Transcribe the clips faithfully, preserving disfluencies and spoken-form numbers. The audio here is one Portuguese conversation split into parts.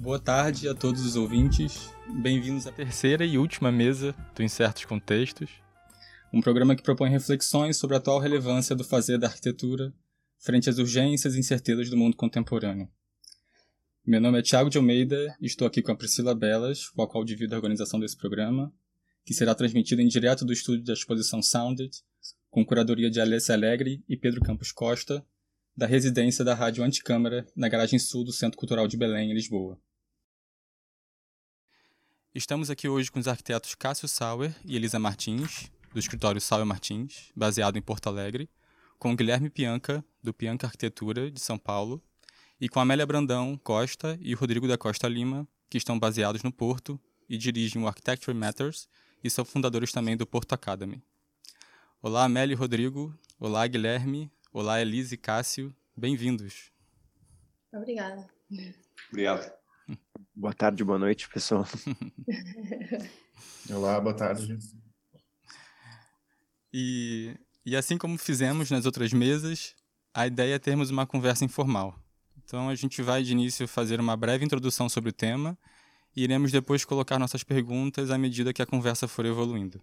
Boa tarde a todos os ouvintes. Bem-vindos à terceira e última mesa do Em Certos Contextos, um programa que propõe reflexões sobre a atual relevância do fazer da arquitetura frente às urgências e incertezas do mundo contemporâneo. Meu nome é Thiago de Almeida e estou aqui com a Priscila Belas, com a qual divido a organização desse programa, que será transmitido em direto do estúdio da exposição Sounded, com curadoria de Alessia Alegre e Pedro Campos Costa, da residência da Rádio Anticâmara, na garagem sul do Centro Cultural de Belém, em Lisboa. Estamos aqui hoje com os arquitetos Cássio Sauer e Elisa Martins, do escritório Sauer Martins, baseado em Porto Alegre, com o Guilherme Pianca, do Pianca Arquitetura, de São Paulo, e com Amélia Brandão Costa e Rodrigo da Costa Lima, que estão baseados no Porto e dirigem o Architecture Matters e são fundadores também do Porto Academy. Olá, Amélia e Rodrigo. Olá, Guilherme. Olá, Elisa e Cássio. Bem-vindos. Obrigada. Obrigado. Boa tarde, boa noite, pessoal. Olá, boa tarde. E, e assim como fizemos nas outras mesas, a ideia é termos uma conversa informal. Então a gente vai de início fazer uma breve introdução sobre o tema e iremos depois colocar nossas perguntas à medida que a conversa for evoluindo.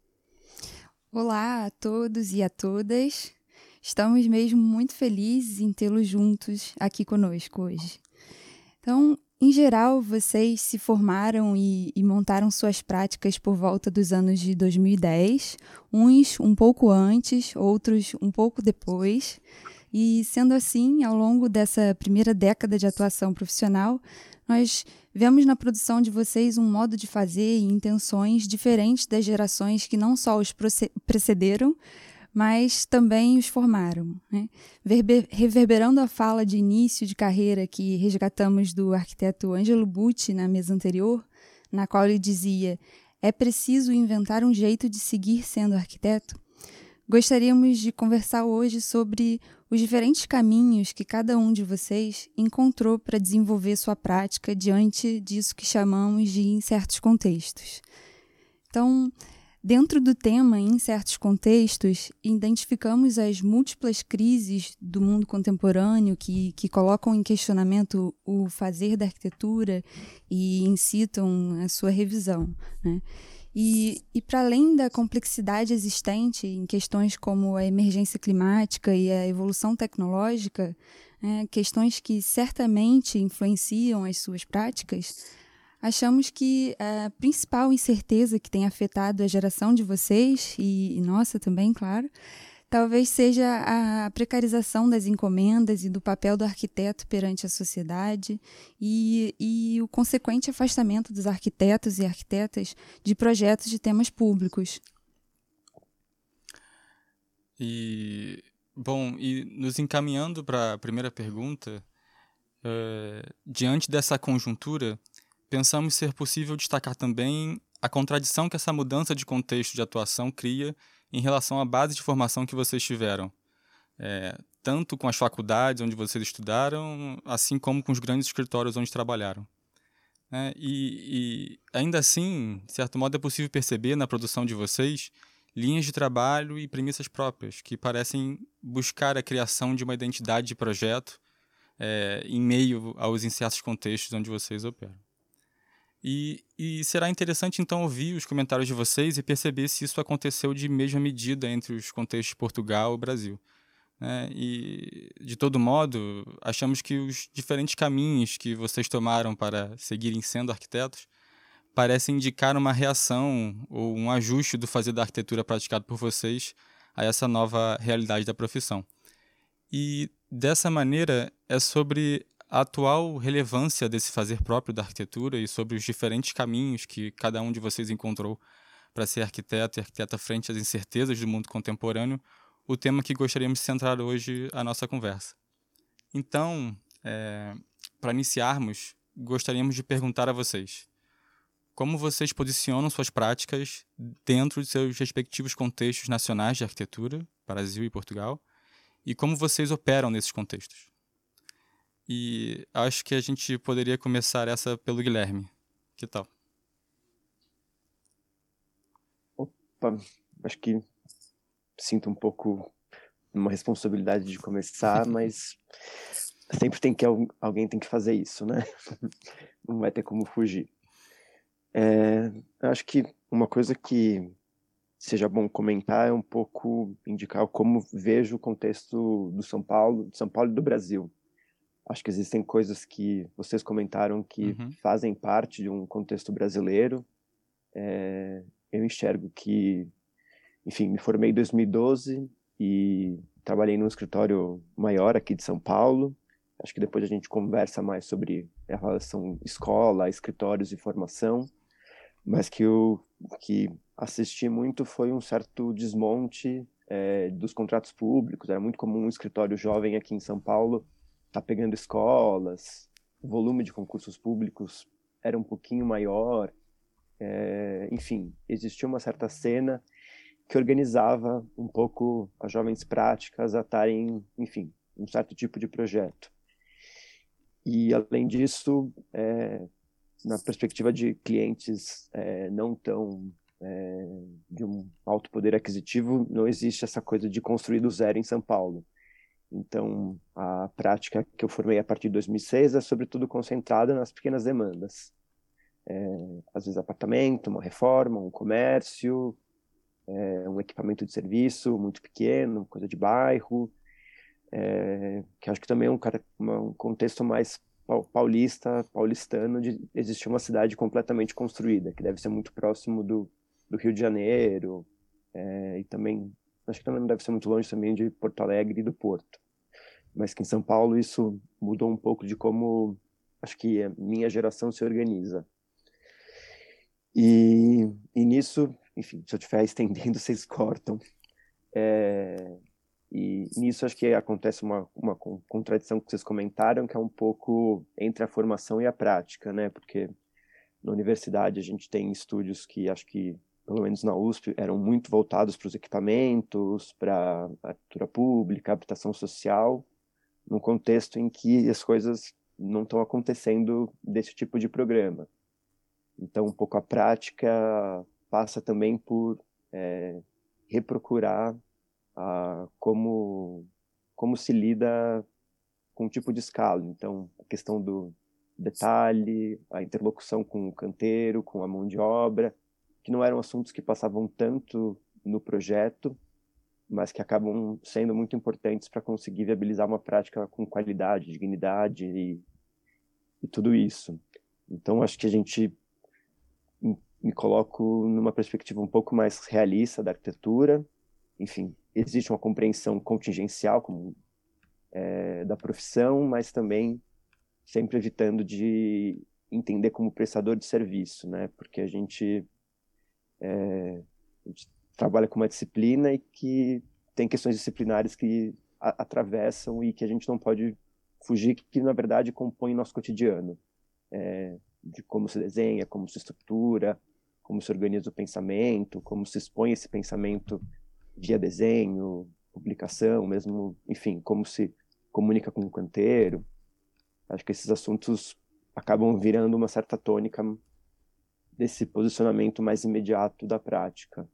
Olá a todos e a todas. Estamos mesmo muito felizes em tê-los juntos aqui conosco hoje. Então, em geral, vocês se formaram e, e montaram suas práticas por volta dos anos de dois mil e dez, uns um pouco antes, outros um pouco depois. E, sendo assim, ao longo dessa primeira década de atuação profissional, nós vemos na produção de vocês um modo de fazer e intenções diferentes das gerações que não só os precederam, mas também os formaram, né? Verbe- reverberando a fala de início de carreira que resgatamos do arquiteto Angelo Bucci na mesa anterior, na qual ele dizia: é preciso inventar um jeito de seguir sendo arquiteto. Gostaríamos de conversar hoje sobre os diferentes caminhos que cada um de vocês encontrou para desenvolver sua prática diante disso que chamamos de em certos contextos. Então, dentro do tema em certos contextos, identificamos as múltiplas crises do mundo contemporâneo que, que colocam em questionamento o fazer da arquitetura e incitam a sua revisão, né? E, e para além da complexidade existente em questões como a emergência climática e a evolução tecnológica, né, questões que certamente influenciam as suas práticas, achamos que a principal incerteza que tem afetado a geração de vocês, e, e nossa também, claro, talvez seja a precarização das encomendas e do papel do arquiteto perante a sociedade e, e o consequente afastamento dos arquitetos e arquitetas de projetos de temas públicos. E, bom, e nos encaminhando para a primeira pergunta, uh, diante dessa conjuntura, pensamos ser possível destacar também a contradição que essa mudança de contexto de atuação cria em relação à base de formação que vocês tiveram, é, tanto com as faculdades onde vocês estudaram, assim como com os grandes escritórios onde trabalharam. É, e, e ainda assim, de certo modo, é possível perceber na produção de vocês linhas de trabalho e premissas próprias, que parecem buscar a criação de uma identidade de projeto é, em meio aos incertos contextos onde vocês operam. E, e será interessante, então, ouvir os comentários de vocês e perceber se isso aconteceu de mesma medida entre os contextos de Portugal e Brasil, né? E, de todo modo, achamos que os diferentes caminhos que vocês tomaram para seguirem sendo arquitetos parecem indicar uma reação ou um ajuste do fazer da arquitetura praticado por vocês a essa nova realidade da profissão. E, dessa maneira, é sobre a atual relevância desse fazer próprio da arquitetura e sobre os diferentes caminhos que cada um de vocês encontrou para ser arquiteto e arquiteta frente às incertezas do mundo contemporâneo, o tema que gostaríamos de centrar hoje a nossa conversa. Então, é, para iniciarmos, gostaríamos de perguntar a vocês: como vocês posicionam suas práticas dentro de seus respectivos contextos nacionais de arquitetura, Brasil e Portugal, e como vocês operam nesses contextos? E acho que a gente poderia começar essa pelo Guilherme. Que tal? Opa, acho que sinto um pouco uma responsabilidade de começar, mas sempre tem que alguém tem que fazer isso, né? Não vai ter como fugir. É, acho que uma coisa que seja bom comentar é um pouco indicar como vejo o contexto do São Paulo, de São Paulo e do Brasil. Acho que existem coisas que vocês comentaram que Uhum. fazem parte de um contexto brasileiro. É, eu enxergo que, enfim, me formei em dois mil e doze e trabalhei num escritório maior aqui de São Paulo. Acho que depois a gente conversa mais sobre a relação escola, escritórios e formação, mas que eu que assisti muito foi um certo desmonte é, dos contratos públicos. Era muito comum um escritório jovem aqui em São Paulo estar tá pegando escolas, o volume de concursos públicos era um pouquinho maior, é, enfim, existia uma certa cena que organizava um pouco as jovens práticas a estarem, enfim, um certo tipo de projeto. E, além disso, é, na perspectiva de clientes é, não tão é, de um alto poder aquisitivo, não existe essa coisa de construir do zero em São Paulo. Então, a prática que eu formei a partir de dois mil e seis é, sobretudo, concentrada nas pequenas demandas. É, às vezes, apartamento, uma reforma, um comércio, é, um equipamento de serviço muito pequeno, coisa de bairro, é, que acho que também é um, um contexto mais paulista, paulistano, de existir uma cidade completamente construída, que deve ser muito próximo do, do Rio de Janeiro, é, e também, acho que também não deve ser muito longe também de Porto Alegre e do Porto. Mas que em São Paulo isso mudou um pouco de como, acho que a minha geração se organiza. E, e nisso, enfim, se eu estiver estendendo, vocês cortam. É, e nisso acho que acontece uma, uma contradição que vocês comentaram, que é um pouco entre a formação e a prática, né? Porque na universidade a gente tem estúdios que acho que, pelo menos na U S P, eram muito voltados para os equipamentos, para a arquitetura pública, a habitação social, num contexto em que as coisas não estão acontecendo desse tipo de programa. Então, um pouco a prática passa também por é, reprocurar a, como, como se lida com um tipo de escala. Então, a questão do detalhe, a interlocução com o canteiro, com a mão de obra, que não eram assuntos que passavam tanto no projeto, mas que acabam sendo muito importantes para conseguir viabilizar uma prática com qualidade, dignidade e, e tudo isso. Então, acho que a gente me coloco numa perspectiva um pouco mais realista da arquitetura. Enfim, existe uma compreensão contingencial como, é, da profissão, mas também sempre evitando de entender como prestador de serviço, né? Porque a gente, é, a gente trabalha com uma disciplina e que tem questões disciplinares que a, atravessam e que a gente não pode fugir, que, que na verdade compõem nosso cotidiano. É, de como se desenha, como se estrutura, como se organiza o pensamento, como se expõe esse pensamento via desenho, publicação, mesmo, enfim, como se comunica com o canteiro. Acho que esses assuntos acabam virando uma certa tônica desse posicionamento mais imediato da prática.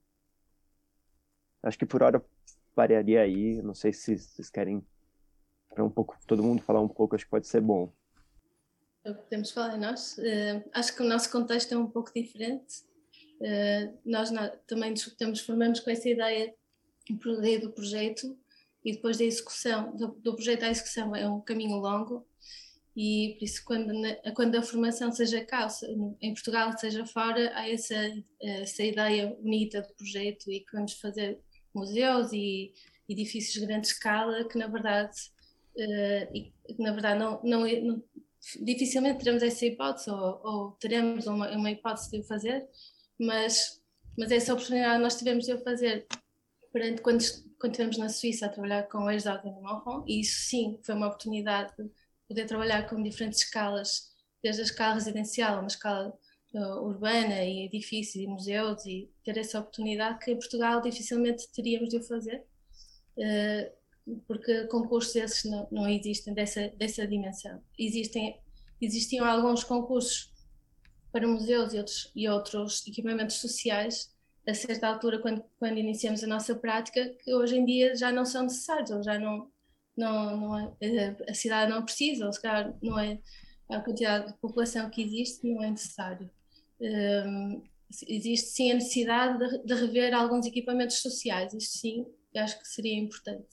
Acho que por hora variaria aí, não sei se vocês querem para um pouco, todo mundo falar um pouco, acho que pode ser bom. Podemos falar nós. Uh, acho que o nosso contexto é um pouco diferente. Uh, nós na, também nos formamos com essa ideia, ideia do projeto, e depois da execução, do, do projeto à execução é um caminho longo, e por isso quando, na, quando a formação seja cá, em Portugal, seja fora, há essa, essa ideia bonita do projeto e que vamos fazer museus e edifícios de grande escala que na verdade, uh, e, na verdade não, não, não dificilmente teremos essa hipótese ou, ou teremos uma, uma hipótese de o fazer, mas, mas essa oportunidade nós tivemos de o fazer perante, quando, quando estivemos na Suíça a trabalhar com o ex-Alten de Monfort, e isso sim foi uma oportunidade de poder trabalhar com diferentes escalas, desde a escala residencial a uma escala uh, urbana e edifícios e museus, e ter essa oportunidade que em Portugal dificilmente teríamos de o fazer, uh, porque concursos esses não, não existem dessa, dessa dimensão. Existem, existiam alguns concursos para museus e outros, e outros equipamentos sociais a certa altura, quando, quando iniciamos a nossa prática, que hoje em dia já não são necessários, ou já não, não, não é, a cidade não precisa, ou se calhar não é a quantidade de população que existe, não é necessário. Um, existe sim a necessidade de, de rever alguns equipamentos sociais, isto sim, eu acho que seria importante.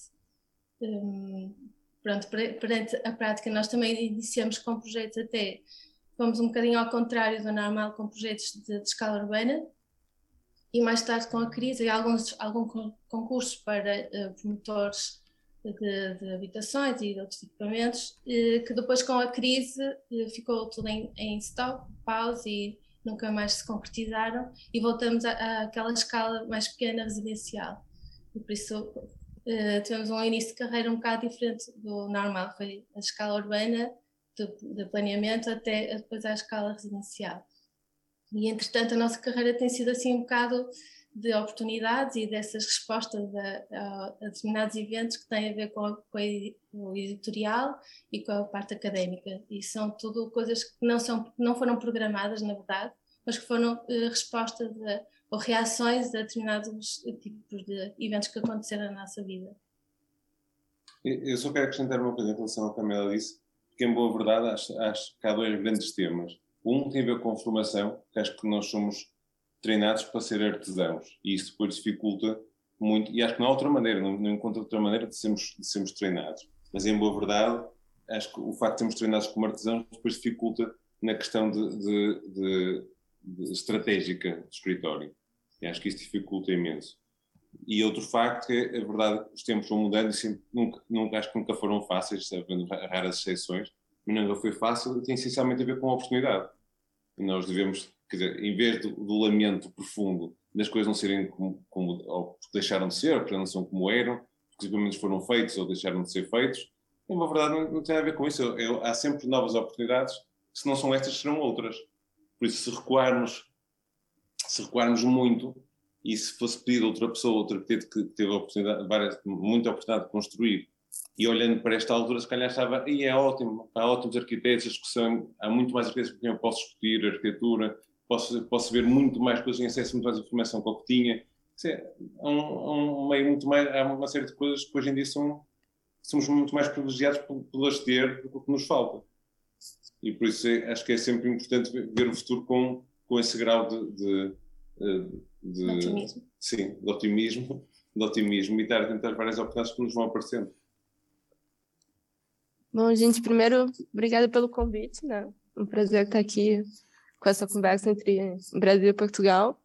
Um, pronto, perante a prática nós também iniciamos com projetos até, fomos um bocadinho ao contrário do normal, com projetos de, de escala urbana, e mais tarde com a crise e alguns, alguns concursos para uh, promotores de, de habitações e de outros equipamentos, uh, que depois com a crise uh, ficou tudo em, em stop, pause e nunca mais se concretizaram, e voltamos àquela escala mais pequena residencial. E por isso uh, tivemos um início de carreira um bocado diferente do normal, foi a escala urbana, de, de planeamento, até depois à escala residencial. E, entretanto, a nossa carreira tem sido assim um bocado de oportunidades e dessas respostas a, a, a determinados eventos que têm a ver com, a, com o editorial e com a parte académica. E são tudo coisas que não, são, não foram programadas, na verdade, mas que foram uh, respostas a, ou reações a determinados tipos de eventos que aconteceram na nossa vida. Eu só quero acrescentar uma coisa em relação ao que a Camila disse, porque, em boa verdade, acho, acho que há dois grandes temas. Um tem a ver com a formação, que acho que nós somos treinados para ser artesãos, e isso depois dificulta muito, e acho que não há outra maneira, não, não encontro outra maneira de sermos, de sermos treinados. Mas, em boa verdade, acho que o facto de sermos treinados como artesãos depois dificulta na questão de, de, de, de estratégica do escritório. E acho que isso dificulta imenso. E outro facto é, é verdade, os tempos vão mudando e sempre, nunca, nunca, acho que nunca foram fáceis, havendo raras exceções, mas nunca foi fácil, e tem essencialmente a ver com a oportunidade. E nós devemos, quer dizer, em vez do, do lamento profundo das coisas não serem como, como ou porque deixaram de ser, ou porque não são como eram, porque os equipamentos foram feitos ou deixaram de ser feitos, na verdade não, não tem a ver com isso. É, há sempre novas oportunidades, se não são estas, serão outras. Por isso, se recuarmos, se recuarmos muito, e se fosse pedir a outra pessoa, outro arquiteto que teve a oportunidade, várias, muita oportunidade de construir, e olhando para esta altura, se calhar estava, e é ótimo, há ótimos arquitetos, a discussão, há muito mais arquitetos com quem eu posso discutir arquitetura, posso, posso ver muito mais coisas, em acesso a muito mais informação que o que tinha. Há um, um meio muito mais, há uma série de coisas que hoje em dia são, somos muito mais privilegiados por, por as ter do que o que nos falta. E por isso é, acho que é sempre importante ver, ver o futuro com, com esse grau de, de, de, de otimismo. Sim, de otimismo, de otimismo e estar a tentar várias oportunidades que nos vão aparecendo. Bom, gente, primeiro, obrigada pelo convite, né? Um prazer estar aqui com essa conversa entre Brasil e Portugal.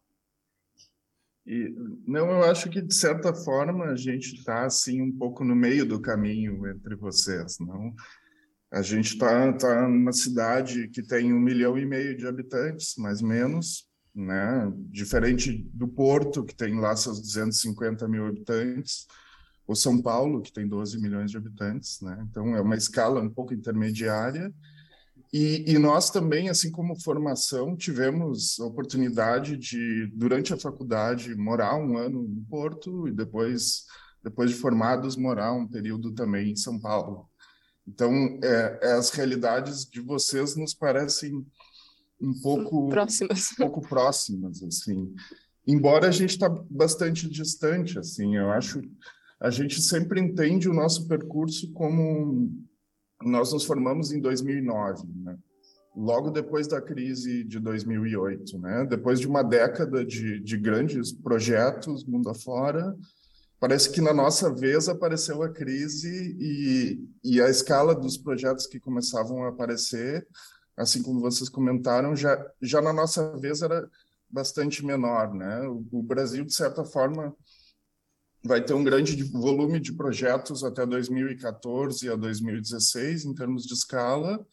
E, não, eu acho que, de certa forma, a gente está, assim, um pouco no meio do caminho entre vocês, não? A gente está tá numa cidade que tem um milhão e meio de habitantes, mais ou menos, né? Diferente do Porto, que tem lá seus duzentos e cinquenta mil habitantes, ou São Paulo, que tem doze milhões de habitantes, né? Então, é uma escala um pouco intermediária. E, e nós também, assim como formação, tivemos a oportunidade de, durante a faculdade, morar um ano no Porto e depois, depois de formados, morar um período também em São Paulo. Então, é, as realidades de vocês nos parecem um pouco próximas, um pouco próximas, assim. Embora a gente está bastante distante, assim, eu acho. A gente sempre entende o nosso percurso como nós nos formamos em dois mil e nove, né? Logo depois da crise de dois mil e oito, né? Depois de uma década de, de grandes projetos mundo afora, parece que na nossa vez apareceu a crise e, e a escala dos projetos que começavam a aparecer, assim como vocês comentaram, já, já na nossa vez era bastante menor, né? O, o Brasil, de certa forma, vai ter um grande volume de projetos até dois mil e quatorze a dois mil e dezesseis, em termos de escala,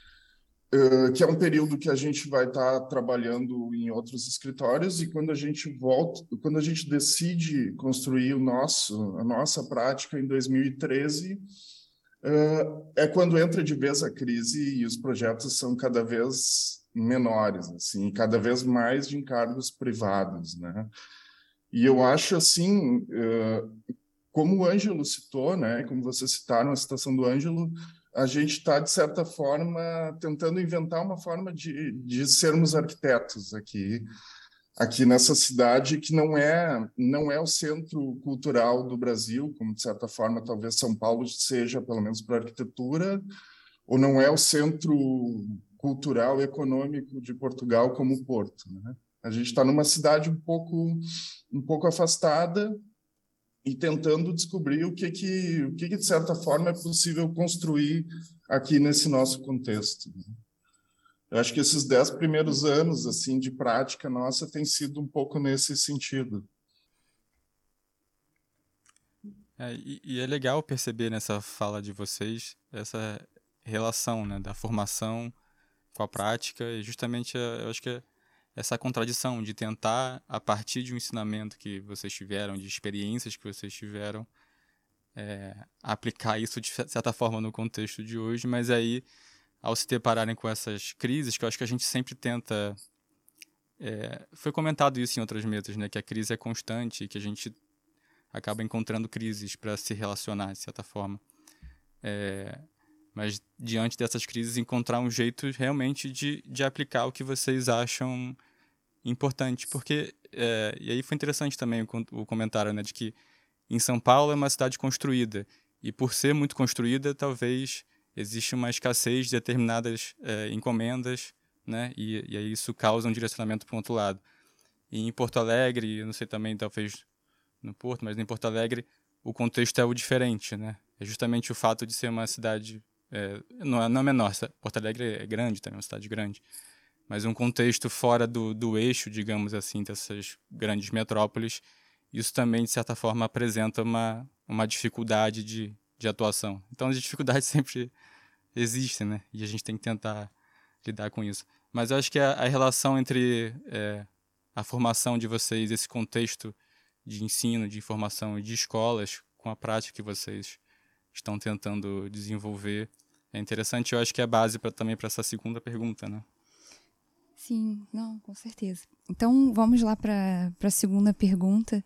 que é um período que a gente vai estar trabalhando em outros escritórios, e quando a gente volta, quando a gente decide construir o nosso, a nossa prática em dois mil e treze, é quando entra de vez a crise e os projetos são cada vez menores, assim, cada vez mais de encargos privados, né? E eu acho, assim, como o Ângelo citou, né, como vocês citaram a citação do Ângelo, a gente está, de certa forma, tentando inventar uma forma de, de sermos arquitetos aqui, aqui nessa cidade que não é, não é o centro cultural do Brasil, como, de certa forma, talvez São Paulo seja, pelo menos para a arquitetura, ou não é o centro cultural e econômico de Portugal como o Porto, né? A gente está numa cidade um pouco, um pouco afastada e tentando descobrir o que, que, o que, que, de certa forma, é possível construir aqui nesse nosso contexto. Eu acho que esses dez primeiros anos assim de prática nossa tem sido um pouco nesse sentido. É, e, e é legal perceber nessa fala de vocês essa relação, né, da formação com a prática e justamente eu acho que é essa contradição de tentar, a partir de um ensinamento que vocês tiveram, de experiências que vocês tiveram, é, aplicar isso de certa forma no contexto de hoje, mas aí, ao se depararem com essas crises, que eu acho que a gente sempre tenta... É, foi comentado isso em outras mesas, né, que a crise é constante e que a gente acaba encontrando crises para se relacionar, de certa forma. É, mas, diante dessas crises, encontrar um jeito realmente de, de aplicar o que vocês acham importante, porque, é, e aí foi interessante também o, o comentário, né, de que em São Paulo é uma cidade construída, e por ser muito construída, talvez existe uma escassez de determinadas é, encomendas, né, e, e aí isso causa um direcionamento para o outro lado. E em Porto Alegre, eu não sei também, talvez no Porto, mas em Porto Alegre o contexto é o diferente, né, é justamente o fato de ser uma cidade, é, não, é, não é menor, Porto Alegre é grande também, é uma cidade grande, mas um contexto fora do, do eixo, digamos assim, dessas grandes metrópoles, isso também, de certa forma, apresenta uma, uma dificuldade de, de atuação. Então, as dificuldades sempre existem, né? E a gente tem que tentar lidar com isso. Mas eu acho que a, a relação entre é, a formação de vocês, esse contexto de ensino, de informação e de escolas, com a prática que vocês estão tentando desenvolver, é interessante. Eu acho que é base pra, também para essa segunda pergunta, né? Sim, não, com certeza. Então, vamos lá para a segunda pergunta.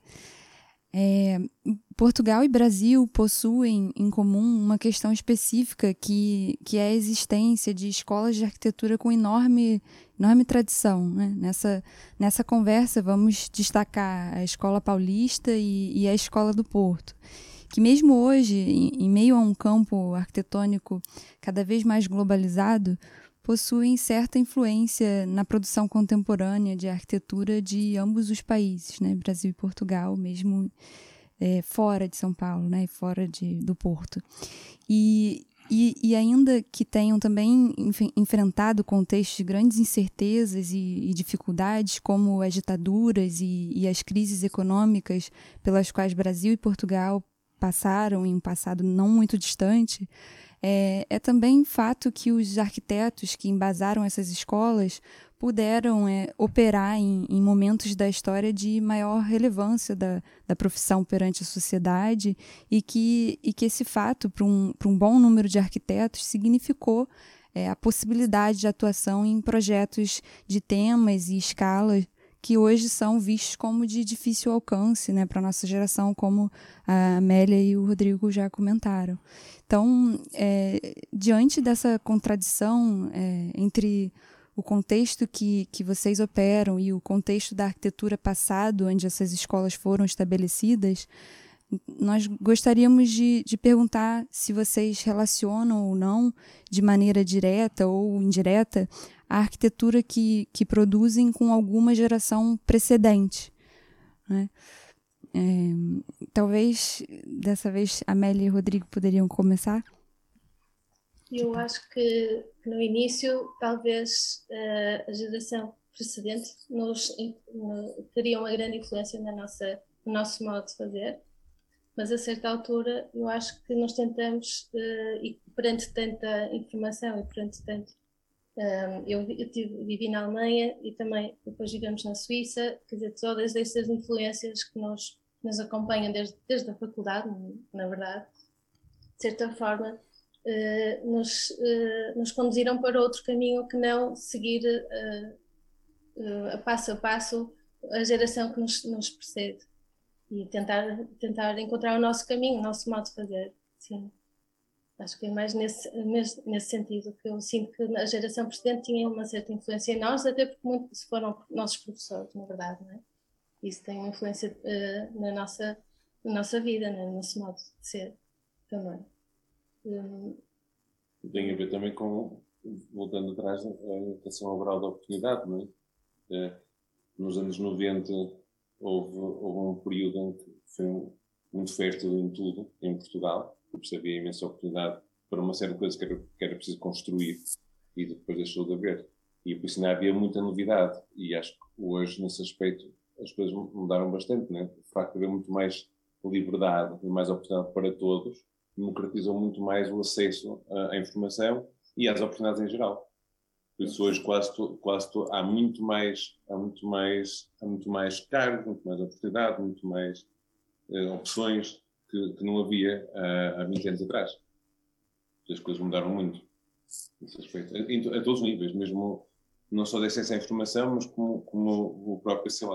É, Portugal e Brasil possuem em comum uma questão específica que, que é a existência de escolas de arquitetura com enorme, enorme tradição, né? Nessa, nessa conversa, vamos destacar a Escola Paulista e, e a Escola do Porto, que mesmo hoje, em, em meio a um campo arquitetônico cada vez mais globalizado, possuem certa influência na produção contemporânea de arquitetura de ambos os países, né? Brasil e Portugal, mesmo é, fora de São Paulo, né? Fora de, do Porto. E, e, e ainda que tenham também enf- enfrentado contextos de grandes incertezas e, e dificuldades, como as ditaduras e, e as crises econômicas pelas quais Brasil e Portugal passaram em um passado não muito distante, É, é também fato que os arquitetos que embasaram essas escolas puderam é, operar em, em momentos da história de maior relevância da, da profissão perante a sociedade e que, e que esse fato, para um, para um bom número de arquitetos, significou é, a possibilidade de atuação em projetos de temas e escalas que hoje são vistos como de difícil alcance, né, para a nossa geração, como a Amélia e o Rodrigo já comentaram. Então, é, diante dessa contradição é, entre o contexto que, que vocês operam e o contexto da arquitetura passado, onde essas escolas foram estabelecidas, nós gostaríamos de, de perguntar se vocês relacionam ou não, de maneira direta ou indireta, a arquitetura que, que produzem com alguma geração precedente, né? É, talvez, dessa vez, Amélia e Rodrigo poderiam começar? Eu acho que, que no início, talvez uh, a geração precedente nos, no, teria uma grande influência na nossa, no nosso modo de fazer, mas a certa altura eu acho que nós tentamos, uh, e perante tanta informação e perante tanto... Um, eu, eu tive, vivi na Alemanha e também depois vivemos na Suíça, quer dizer, todas estas influências que nos, nos acompanham desde, desde a faculdade, na verdade, de certa forma, uh, nos, uh, nos conduziram para outro caminho que não seguir uh, uh, a passo a passo a geração que nos, nos precede e tentar, tentar encontrar o nosso caminho, o nosso modo de fazer, sim. Acho que é mais nesse, nesse, nesse sentido que eu sinto que a geração precedente tinha uma certa influência em nós, até porque muitos foram nossos professores, na verdade, não é? Isso tem uma influência uh, na, nossa, na nossa vida, no nosso modo de ser também. Um... Tem a ver também com, voltando atrás, a educação ao grau de oportunidade, não é? É, nos anos noventa houve, houve um período em que foi muito fértil em tudo, em Portugal, porque havia imensa oportunidade para uma série de coisas que era, que era preciso construir e depois deixou de haver. E por isso ainda havia muita novidade e acho que hoje, nesse aspecto, as coisas mudaram bastante, né? O facto de haver muito mais liberdade e mais oportunidade para todos democratizou muito mais o acesso à informação e às oportunidades em geral. Por isso hoje quase, to, quase to, há muito mais há muito mais há muito mais cargos, muito mais oportunidade, muito mais uh, opções que, que não havia uh, há vinte anos atrás. As coisas mudaram muito nesse aspecto, a, a todos os níveis, mesmo não só de acesso à informação, mas como, como o próprio, sei lá,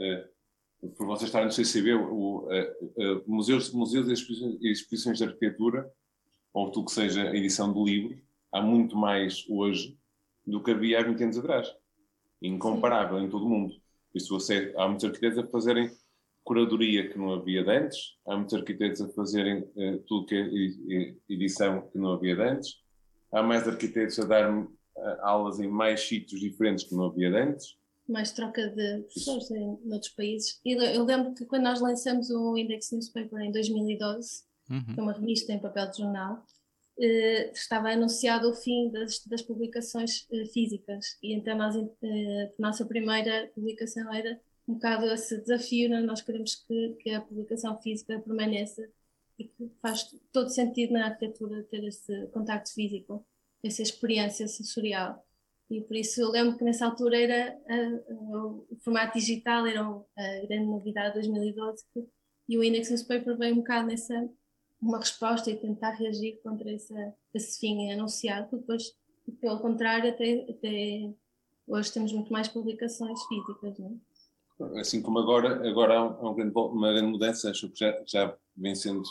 uh, por vocês estarem no C C B, o, uh, uh, museus, museus e exposições, exposições de arquitetura, ou tudo que seja edição de livros, há muito mais hoje do que havia há vinte anos atrás. Incomparável em todo o mundo. Isso, há muitos arquitetos a fazerem curadoria que não havia de antes, há muitos arquitetos a fazerem uh, tudo que é edição que não havia de antes, há mais arquitetos a dar uh, aulas em mais sítios diferentes que não havia de antes. Mais troca de professores em, em outros países. E eu lembro que quando nós lançamos o Index Newspaper em dois mil e doze, uhum. que é uma revista em papel de jornal, Uh, estava anunciado o fim das, das publicações uh, físicas e então nós, uh, a nossa primeira publicação era um bocado esse desafio, né? Nós queremos que, que a publicação física permaneça e que faz todo sentido na arquitetura ter esse contacto físico, essa experiência sensorial, e por isso eu lembro que nessa altura era uh, uh, o formato digital era a grande novidade de dois mil e doze que, e o Index Newspaper veio um bocado nessa uma resposta e tentar reagir contra esse, esse fim anunciado, que depois, pelo contrário, até, até hoje temos muito mais publicações físicas, não é? Assim como agora, agora há um grande, uma grande mudança, acho que já, já vem sendo,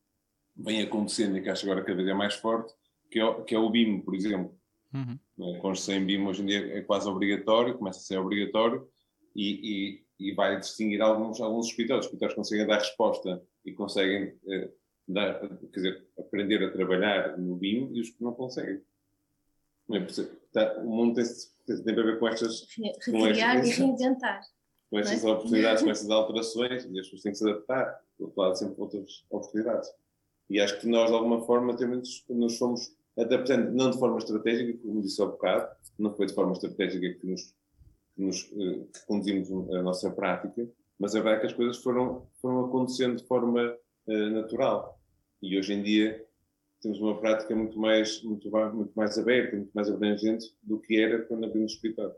vem acontecendo e que acho agora cada vez é mais forte, que é, que é o B I M, por exemplo. Uhum. A construção em B I M hoje em dia é quase obrigatório, começa a ser obrigatório e, e, e vai distinguir alguns, alguns escritórios. Os escritórios conseguem dar resposta e conseguem... Eh, Dar, quer dizer, aprender a trabalhar no B I M e os que não conseguem. Não é? Tá, o mundo tem, tem a ver com estas... Recriar e reinventar. Com estas é? oportunidades, com estas alterações, e as pessoas têm que se adaptar. Do outro lado, sempre outras oportunidades. E acho que nós, de alguma forma, temos, nos fomos adaptando, não de forma estratégica, como disse há bocado, não foi de forma estratégica que nos, que nos que conduzimos a nossa prática, mas a verdade é que as coisas foram, foram acontecendo de forma Uh, natural. E hoje em dia temos uma prática muito mais, muito, muito mais aberta, muito mais abrangente do que era quando abrimos o escritório.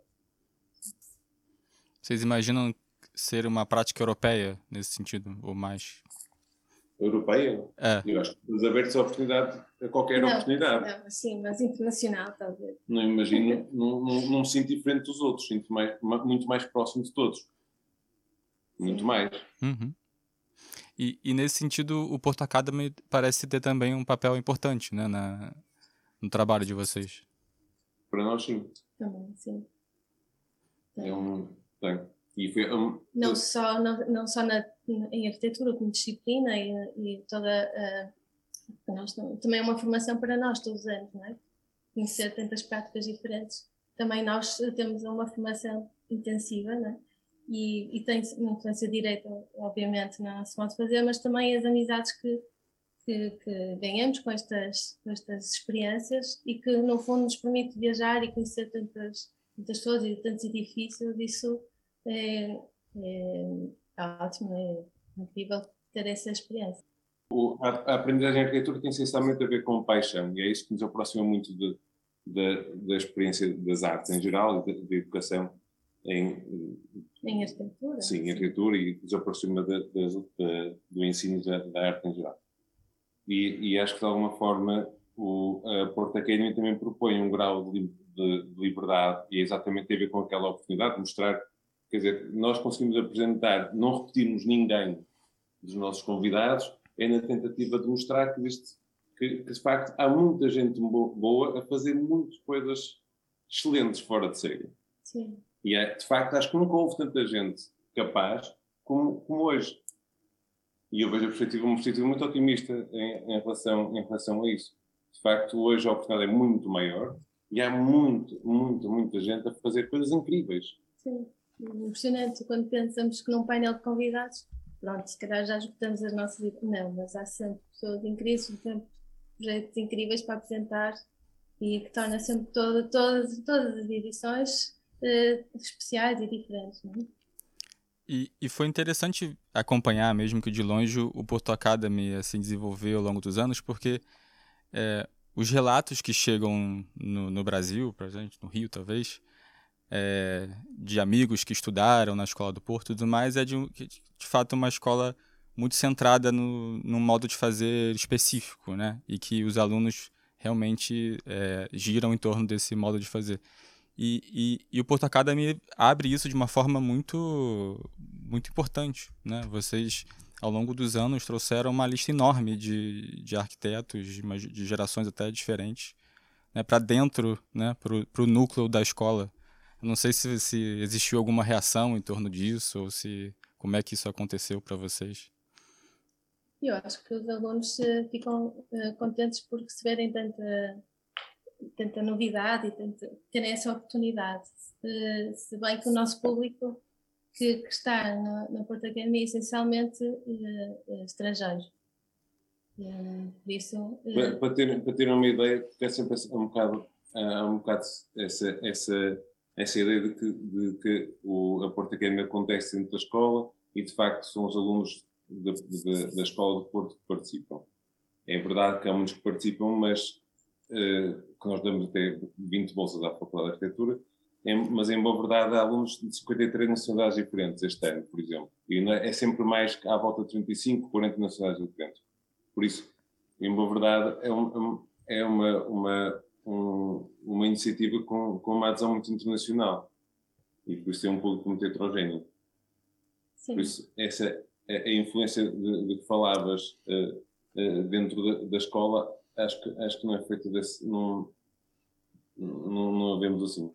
Vocês imaginam ser uma prática europeia nesse sentido, ou mais? Europeia? É. Eu acho que estamos abertos à oportunidade, a qualquer não, oportunidade. Não, sim, mas internacional, talvez. Não imagino, não, não, não me sinto diferente dos outros, sinto mais, muito mais próximo de todos. Muito sim. mais. Uhum. E, e nesse sentido, o Porto Academy parece ter também um papel importante, né, na, no trabalho de vocês. Para nós, sim. Também, sim. É um, tem. E foi um, não eu... só, não, não só na, em arquitetura, como disciplina e, e toda a... Nós, também é uma formação para nós todos os anos, não é? Conhecer tantas práticas diferentes. Também nós temos uma formação intensiva, não é? E, e tem uma influência direta, obviamente, na nossa modo de fazer, mas também as amizades que, que, que ganhamos com estas, com estas experiências e que, no fundo, nos permite viajar e conhecer tantas, tantas pessoas e tantos edifícios. Isso é, é, é ótimo, é incrível ter essa experiência. O, a, a aprendizagem em arquitetura tem essencialmente a ver com paixão, e é isso que nos aproxima muito de, de, da experiência das artes em geral e da educação. Em, em arquitetura? Sim, em arquitetura e nos aproxima de, de, de, do ensino da, da arte em geral. E, e acho que, de alguma forma, o a Porto Academy também propõe um grau de, de, de liberdade e é exatamente a ver com aquela oportunidade de mostrar, quer dizer, nós conseguimos apresentar, não repetirmos ninguém dos nossos convidados, é na tentativa de mostrar que existe que, que de facto há muita gente boa a fazer muitas coisas excelentes fora de série. Sim. E é, de facto acho que nunca houve tanta gente capaz como, como hoje. E eu vejo a perspectiva, uma perspectiva muito otimista em, em, relação, em relação a isso. De facto, hoje a oportunidade é muito maior e há muito, muito, muita gente a fazer coisas incríveis. Sim, impressionante. Quando pensamos que num painel de convidados, pronto, se calhar já esgotamos as nossas... Não, mas há sempre pessoas incríveis, sempre projetos incríveis para apresentar e que torna sempre todo, todas, todas as edições uh, especiais e diferentes, não é? E, e foi interessante acompanhar, mesmo que de longe, o Porto Academy assim, desenvolver ao longo dos anos, porque é, os relatos que chegam no, no Brasil, pra gente, no Rio talvez, é, de amigos que estudaram na Escola do Porto e tudo mais, é de, de, de fato uma escola muito centrada no, num modo de fazer específico, né? E que os alunos realmente é, giram em torno desse modo de fazer. E, e, e o Porto Academy abre isso de uma forma muito, muito importante, né? Vocês, ao longo dos anos, trouxeram uma lista enorme de, de arquitetos, de, de gerações até diferentes, né? Para dentro, né? Para o núcleo da escola. Eu não sei se, se existiu alguma reação em torno disso, ou se como é que isso aconteceu para vocês. Eu acho que os alunos uh, ficam uh, contentes por receberem tanta... tanta novidade e tanta, terem essa oportunidade. Se, se bem que o nosso público que, que está na, na Porto Academy é essencialmente uh, estrangeiro. Uh, por isso, uh, para, para, ter, para ter uma ideia, porque é sempre um bocado, há um bocado essa, essa, essa ideia de que, de que o, a Porto Academy acontece dentro da escola e de facto são os alunos da, da, da escola do Porto que participam. É verdade que há muitos que participam, mas Uh, que nós damos até vinte bolsas à Faculdade de Arquitetura, é, mas em boa verdade há alunos de cinquenta e três nacionalidades diferentes este ano, por exemplo. E não é, é sempre mais à volta de trinta e cinco, quarenta nacionalidades diferentes. Por isso, em boa verdade, é, um, é uma, uma, um, uma iniciativa com, com uma adesão muito internacional. E por isso é um público muito heterogéneo. Sim. Por isso, essa é a influência de, de que falavas uh, uh, dentro da, da escola. Acho que, acho que não é feito desse... Não, não, não a vemos assim.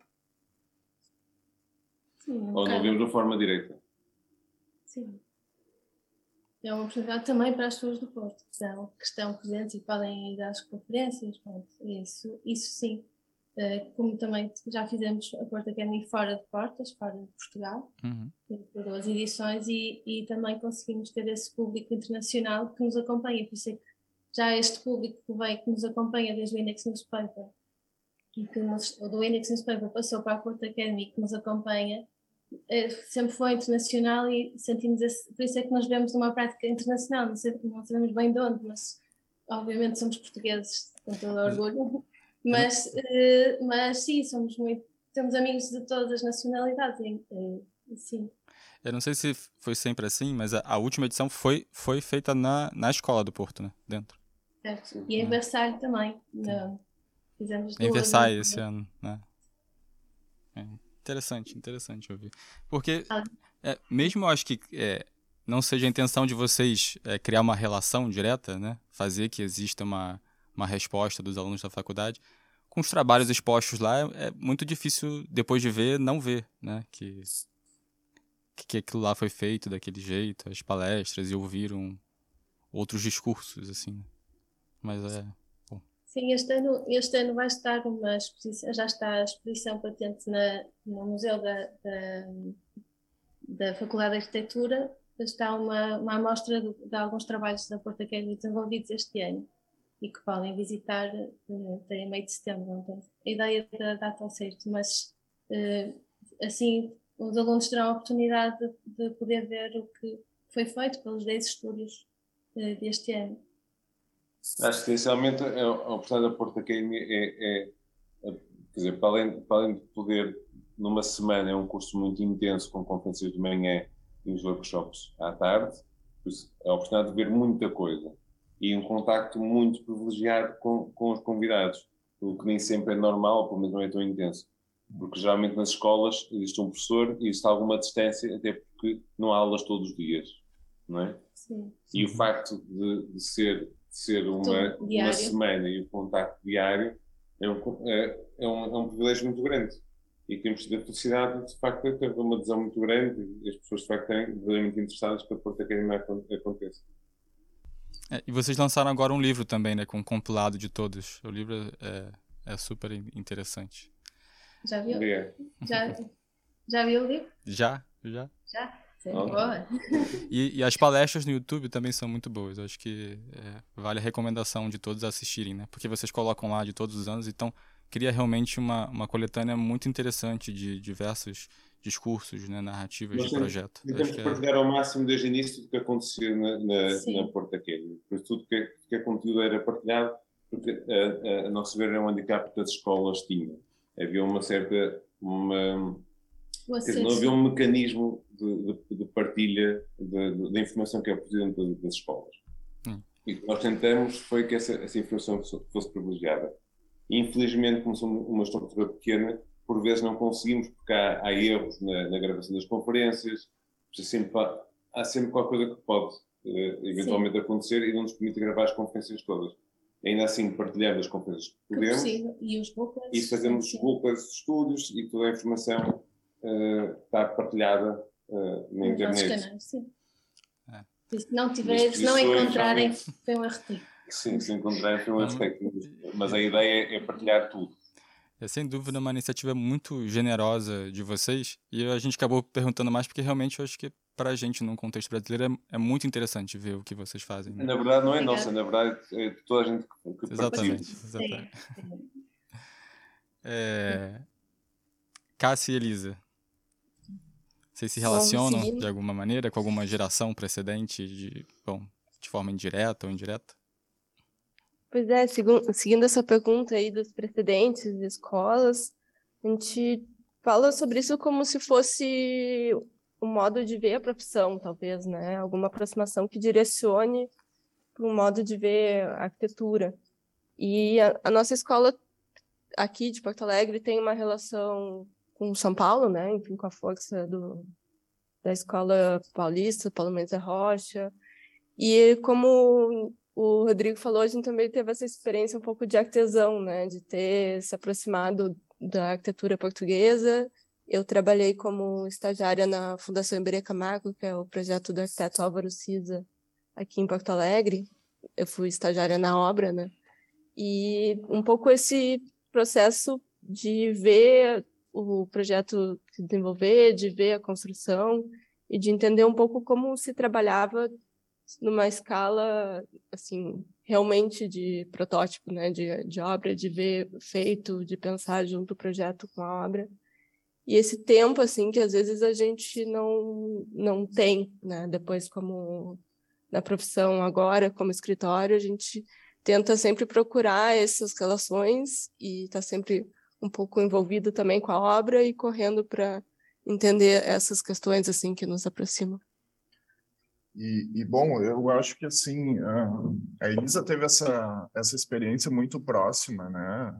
Sim, um Ou não a vemos de forma direta. Sim. É uma oportunidade também para as pessoas do Porto, que estão, que estão presentes e podem ir às conferências. Pronto, isso, isso sim. Uh, como também já fizemos a Porto Academy fora de portas, fora de Portugal, uhum. por duas edições, e, e também conseguimos ter esse público internacional que nos acompanha. Por isso é que já este público que vem, que nos acompanha desde o Index Newspaper, e que nos, do Index Newspaper passou para a Porto Academy, que nos acompanha, é, sempre foi internacional e sentimos esse, por isso é que nós vemos numa prática internacional, não, sei, não sabemos bem de onde, mas obviamente somos portugueses, com todo orgulho, mas, uh, mas sim, somos muito, temos amigos de todas as nacionalidades, e, e, sim. Eu não sei se foi sempre assim, mas a, a última edição foi, foi feita na, na escola do Porto, né? Dentro. Certo. E em Versailles também. Não. Fizemos em duas, Versailles esse ano, né? É interessante, interessante ouvir. Porque, ah. é, mesmo eu acho que é, não seja a intenção de vocês é, criar uma relação direta, né? Fazer que exista uma, uma resposta dos alunos da faculdade, com os trabalhos expostos lá, é, é muito difícil, depois de ver, não ver, né? Que, que aquilo lá foi feito daquele jeito, as palestras, e ouviram outros discursos, assim. Mas é... Bom. Sim, este ano, este ano vai estar uma exposição, já está a exposição patente na, no Museu da, da, da Faculdade de Arquitetura. Está uma, uma amostra de, de alguns trabalhos da Porto Academy desenvolvidos este ano e que podem visitar até meio de setembro. Não tenho a ideia da data ao certo, mas assim os alunos terão a oportunidade de, de poder ver o que foi feito pelos dez estúdios deste ano. Acho que, essencialmente, a oportunidade da Porto Academy é, é, é, quer dizer, para além, para além de poder, numa semana, é um curso muito intenso, com conferências de manhã e os workshops à tarde, é a oportunidade de ver muita coisa e um contacto muito privilegiado com, com os convidados, o que nem sempre é normal, ou pelo menos não é tão intenso, porque geralmente nas escolas existe um professor e existe alguma distância, até porque não há aulas todos os dias. não é? Sim. E o facto de, de ser, de ser uma, uma semana e o contacto diário é um, é, é, um, é um privilégio muito grande. E temos tido a felicidade, de facto, de ter uma adesão muito grande e as pessoas, de facto, têm verdadeiramente interessadas para que a Porto Academy aconteça. É, e vocês lançaram agora um livro também, né, com um compilado de todos. O livro é, é super interessante. Já viu? É. Já, já viu o livro? Já, já. Já? Sim, oh. Boa. E, e as palestras no YouTube também são muito boas. Eu acho que é, vale a recomendação de todos assistirem, né? Porque vocês colocam lá de todos os anos, então cria realmente uma, uma coletânea muito interessante de diversos discursos, né, narrativas Nós de projeto. Temos que partilhar é... ao máximo desde o início do que acontecia na, na, na Porto Academy. Por tudo que, que é conteúdo era partilhado, porque a, a, a não receber era um handicap que as escolas tinham. Havia uma certa... Uma, quer dizer, não havia um mecanismo de, de, de partilha da informação que é produzida das escolas. Hum. E o que nós tentamos foi que essa, essa informação fosse privilegiada. Infelizmente, como somos uma estrutura pequena, por vezes não conseguimos, porque há, há erros na, na gravação das conferências, sempre, há sempre qualquer coisa que pode uh, eventualmente Sim. acontecer e não nos permite gravar as conferências todas. Ainda assim, partilhamos as conferências que podemos que e, os bookers, e fazemos os bookers de estúdios e toda a informação uh, está partilhada uh, na nos internet. Nossos canais, sim. É. Se não tiver, se não encontrarem, foi um erro. Sim, se encontrarem, foi um erro. Mas a ideia é partilhar tudo. É sem dúvida uma iniciativa muito generosa de vocês e a gente acabou perguntando mais porque realmente eu acho que para a gente, num contexto brasileiro, é, é muito interessante ver o que vocês fazem. Né? Na verdade não é nossa, na verdade é de toda a gente que, que Exatamente. exatamente. É... Cássia e Elisa, vocês se relacionam bom, de alguma maneira com alguma geração precedente, de, bom, de forma indireta ou indireta? Pois é, segundo, seguindo essa pergunta aí dos precedentes de escolas, a gente fala sobre isso como se fosse um modo de ver a profissão, talvez, né? Alguma aproximação que direcione para um modo de ver a arquitetura. E a, a nossa escola aqui de Porto Alegre tem uma relação com São Paulo, né? Enfim, com a força do, da escola paulista, Paulo Mendes da Rocha. E como o Rodrigo falou, a gente também teve essa experiência um pouco de artesão, né? De ter se aproximado da arquitetura portuguesa. Eu trabalhei como estagiária na Fundação Iberê Camargo, que é o projeto do arquiteto Álvaro Siza, aqui em Porto Alegre. Eu fui estagiária na obra, né? E um pouco esse processo de ver o projeto se desenvolver, de ver a construção e de entender um pouco como se trabalhava numa escala, assim, realmente de protótipo, né, de, de obra, de ver feito, de pensar junto o projeto com a obra. E esse tempo, assim, que às vezes a gente não, não tem, né, depois como na profissão agora, como escritório, a gente tenta sempre procurar essas relações e está sempre um pouco envolvido também com a obra e correndo para entender essas questões, assim, que nos aproximam. E, e, bom, eu acho que, assim, a Elisa teve essa, essa experiência muito próxima, né,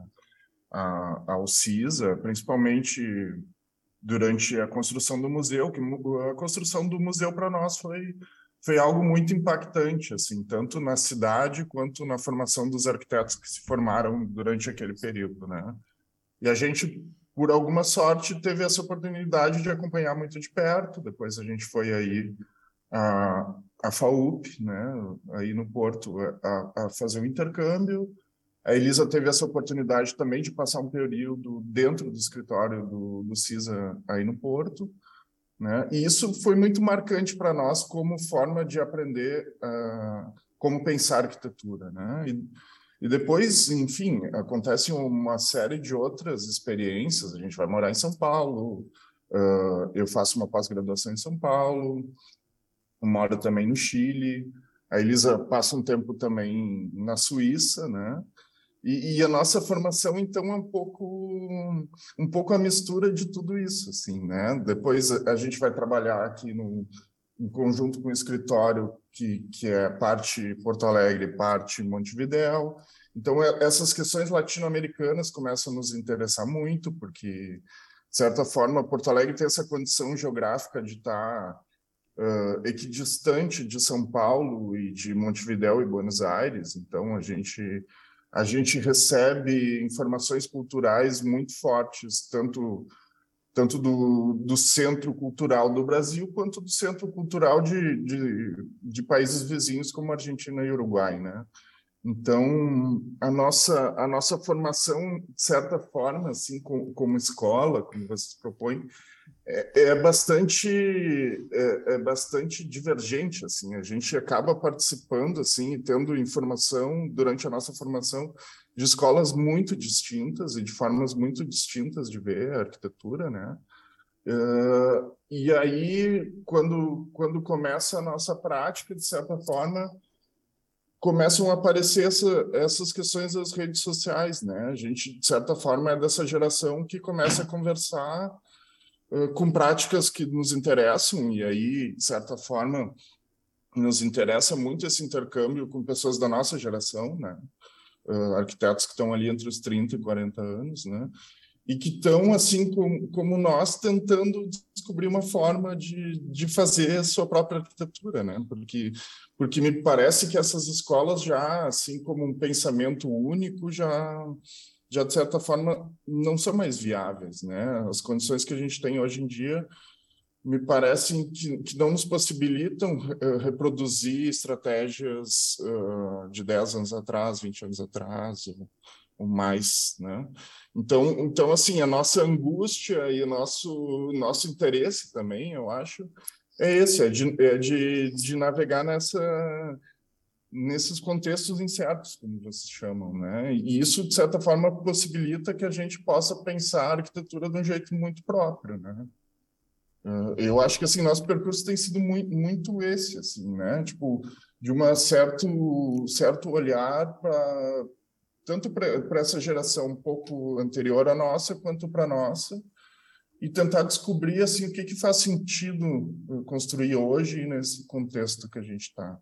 ao CISA, principalmente durante a construção do museu, que a construção do museu para nós foi, foi algo muito impactante, assim, tanto na cidade quanto na formação dos arquitetos que se formaram durante aquele período, né. E a gente, por alguma sorte, teve essa oportunidade de acompanhar muito de perto. Depois a gente foi aí a, a FAUP, né, aí no Porto, a, a fazer um intercâmbio. A Elisa teve essa oportunidade também de passar um período dentro do escritório do, do CISA aí no Porto, né, e isso foi muito marcante para nós como forma de aprender uh, como pensar arquitetura, né, e, e depois, enfim, acontece uma série de outras experiências. A gente vai morar em São Paulo, uh, eu faço uma pós-graduação em São Paulo, moro também no Chile, a Elisa passa um tempo também na Suíça, né? E, e a nossa formação, então, é um pouco, um pouco a mistura de tudo isso, assim, né? Depois a gente vai trabalhar aqui no, em conjunto com o escritório, que, que é parte Porto Alegre, parte Montevidéu. Então, essas questões latino-americanas começam a nos interessar muito, porque, de certa forma, Porto Alegre tem essa condição geográfica de estar uh, equidistante de São Paulo e de Montevidéu e Buenos Aires, então a gente, a gente recebe informações culturais muito fortes, tanto, tanto do, do centro cultural do Brasil, quanto do centro cultural de, de, de países vizinhos como Argentina e Uruguai, né? Então, a nossa, a nossa formação, de certa forma, assim, como, como escola, como você propõe, é, é, bastante, é, é bastante divergente, assim. A gente acaba participando, assim, e tendo informação durante a nossa formação de escolas muito distintas e de formas muito distintas de ver a arquitetura, né? Uh, e aí, quando, quando começa a nossa prática, de certa forma, começam a aparecer essa, essas questões das redes sociais, né? A gente, de certa forma, é dessa geração que começa a conversar uh, com práticas que nos interessam, e aí, de certa forma, nos interessa muito esse intercâmbio com pessoas da nossa geração, né? Uh, arquitetos que estão ali entre os trinta e quarenta anos, né? E que estão, assim como, como nós, tentando descobrir uma forma de, de fazer a sua própria arquitetura, né? Porque, porque me parece que essas escolas já, assim como um pensamento único, já, já de certa forma, não são mais viáveis, né? As condições que a gente tem hoje em dia me parecem que, que não nos possibilitam uh, reproduzir estratégias uh, de dez anos atrás, vinte anos atrás, ou, ou mais, né? Então, então, assim, a nossa angústia e o nosso, nosso interesse também, eu acho, é esse, é de, é de, de navegar nessa, nesses contextos incertos, como vocês chamam, né? E isso, de certa forma, possibilita que a gente possa pensar a arquitetura de um jeito muito próprio, né? Eu acho que, assim, nosso percurso tem sido muito, muito esse, assim, né? Tipo, de uma certo, certo olhar para tanto para essa geração um pouco anterior à nossa, quanto para a nossa, e tentar descobrir assim, o que, que faz sentido construir hoje nesse contexto que a gente está.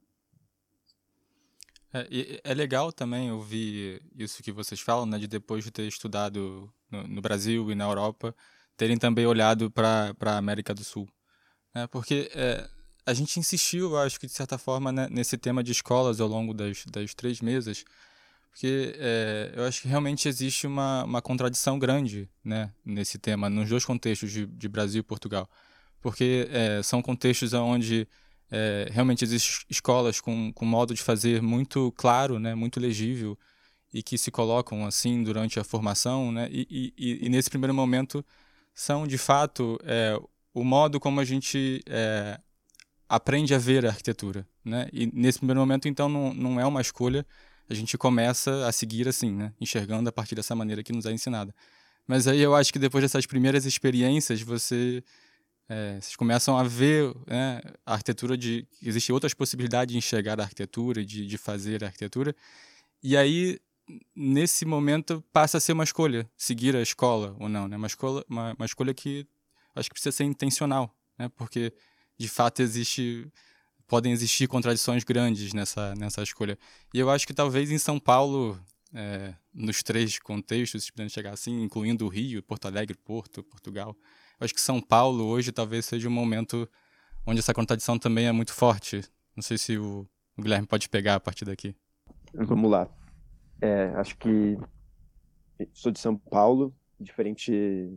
É, é legal também ouvir isso que vocês falam, né, de depois de ter estudado no, no Brasil e na Europa, terem também olhado para a América do Sul. Né, porque é, a gente insistiu, eu acho que de certa forma, né, nesse tema de escolas ao longo das, das três mesas, porque é, eu acho que realmente existe uma, uma contradição grande, né, nesse tema, nos dois contextos de, de Brasil e Portugal. Porque é, são contextos onde é, realmente existem escolas com, com modo de fazer muito claro, né, muito legível, e que se colocam assim durante a formação, né, e, e, e nesse primeiro momento são, de fato, é, o modo como a gente é, aprende a ver a arquitetura. Né? E nesse primeiro momento, então, não, não é uma escolha. A gente começa a seguir assim, né? Enxergando a partir dessa maneira que nos é ensinada. Mas aí eu acho que depois dessas primeiras experiências, você, é, vocês começam a ver, né, a arquitetura de... Existem outras possibilidades de enxergar a arquitetura, de, de fazer a arquitetura. E aí, nesse momento, passa a ser uma escolha, seguir a escola ou não. Né? Uma, escola, uma, uma escolha que acho que precisa ser intencional, né? Porque, de fato, existe... podem existir contradições grandes nessa, nessa escolha. E eu acho que talvez em São Paulo, é, nos três contextos, se podemos chegar assim, incluindo o Rio, Porto Alegre, Porto, Portugal, eu acho que São Paulo hoje talvez seja um momento onde essa contradição também é muito forte. Não sei se o, o Guilherme pode pegar a partir daqui. Vamos lá. É, acho que sou de São Paulo, diferente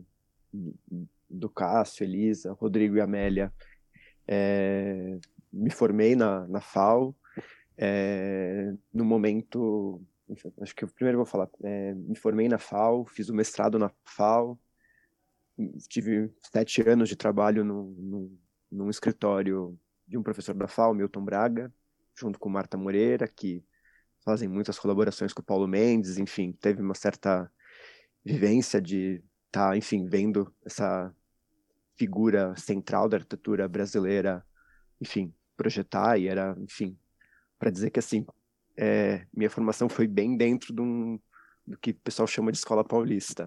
do Cássio, Elisa, Rodrigo e Amélia. É... Me formei na, na F A U, é, no momento, enfim, acho que eu primeiro vou falar, é, me formei na F A U, fiz o mestrado na F A U, tive sete anos de trabalho no, no, num escritório de um professor da F A U, Milton Braga, junto com Marta Moreira, que fazem muitas colaborações com o Paulo Mendes, enfim, teve uma certa vivência de estar, tá, enfim, vendo essa figura central da arquitetura brasileira, enfim, projetar, e era, enfim, para dizer que, assim, é, minha formação foi bem dentro de um, do que o pessoal chama de escola paulista.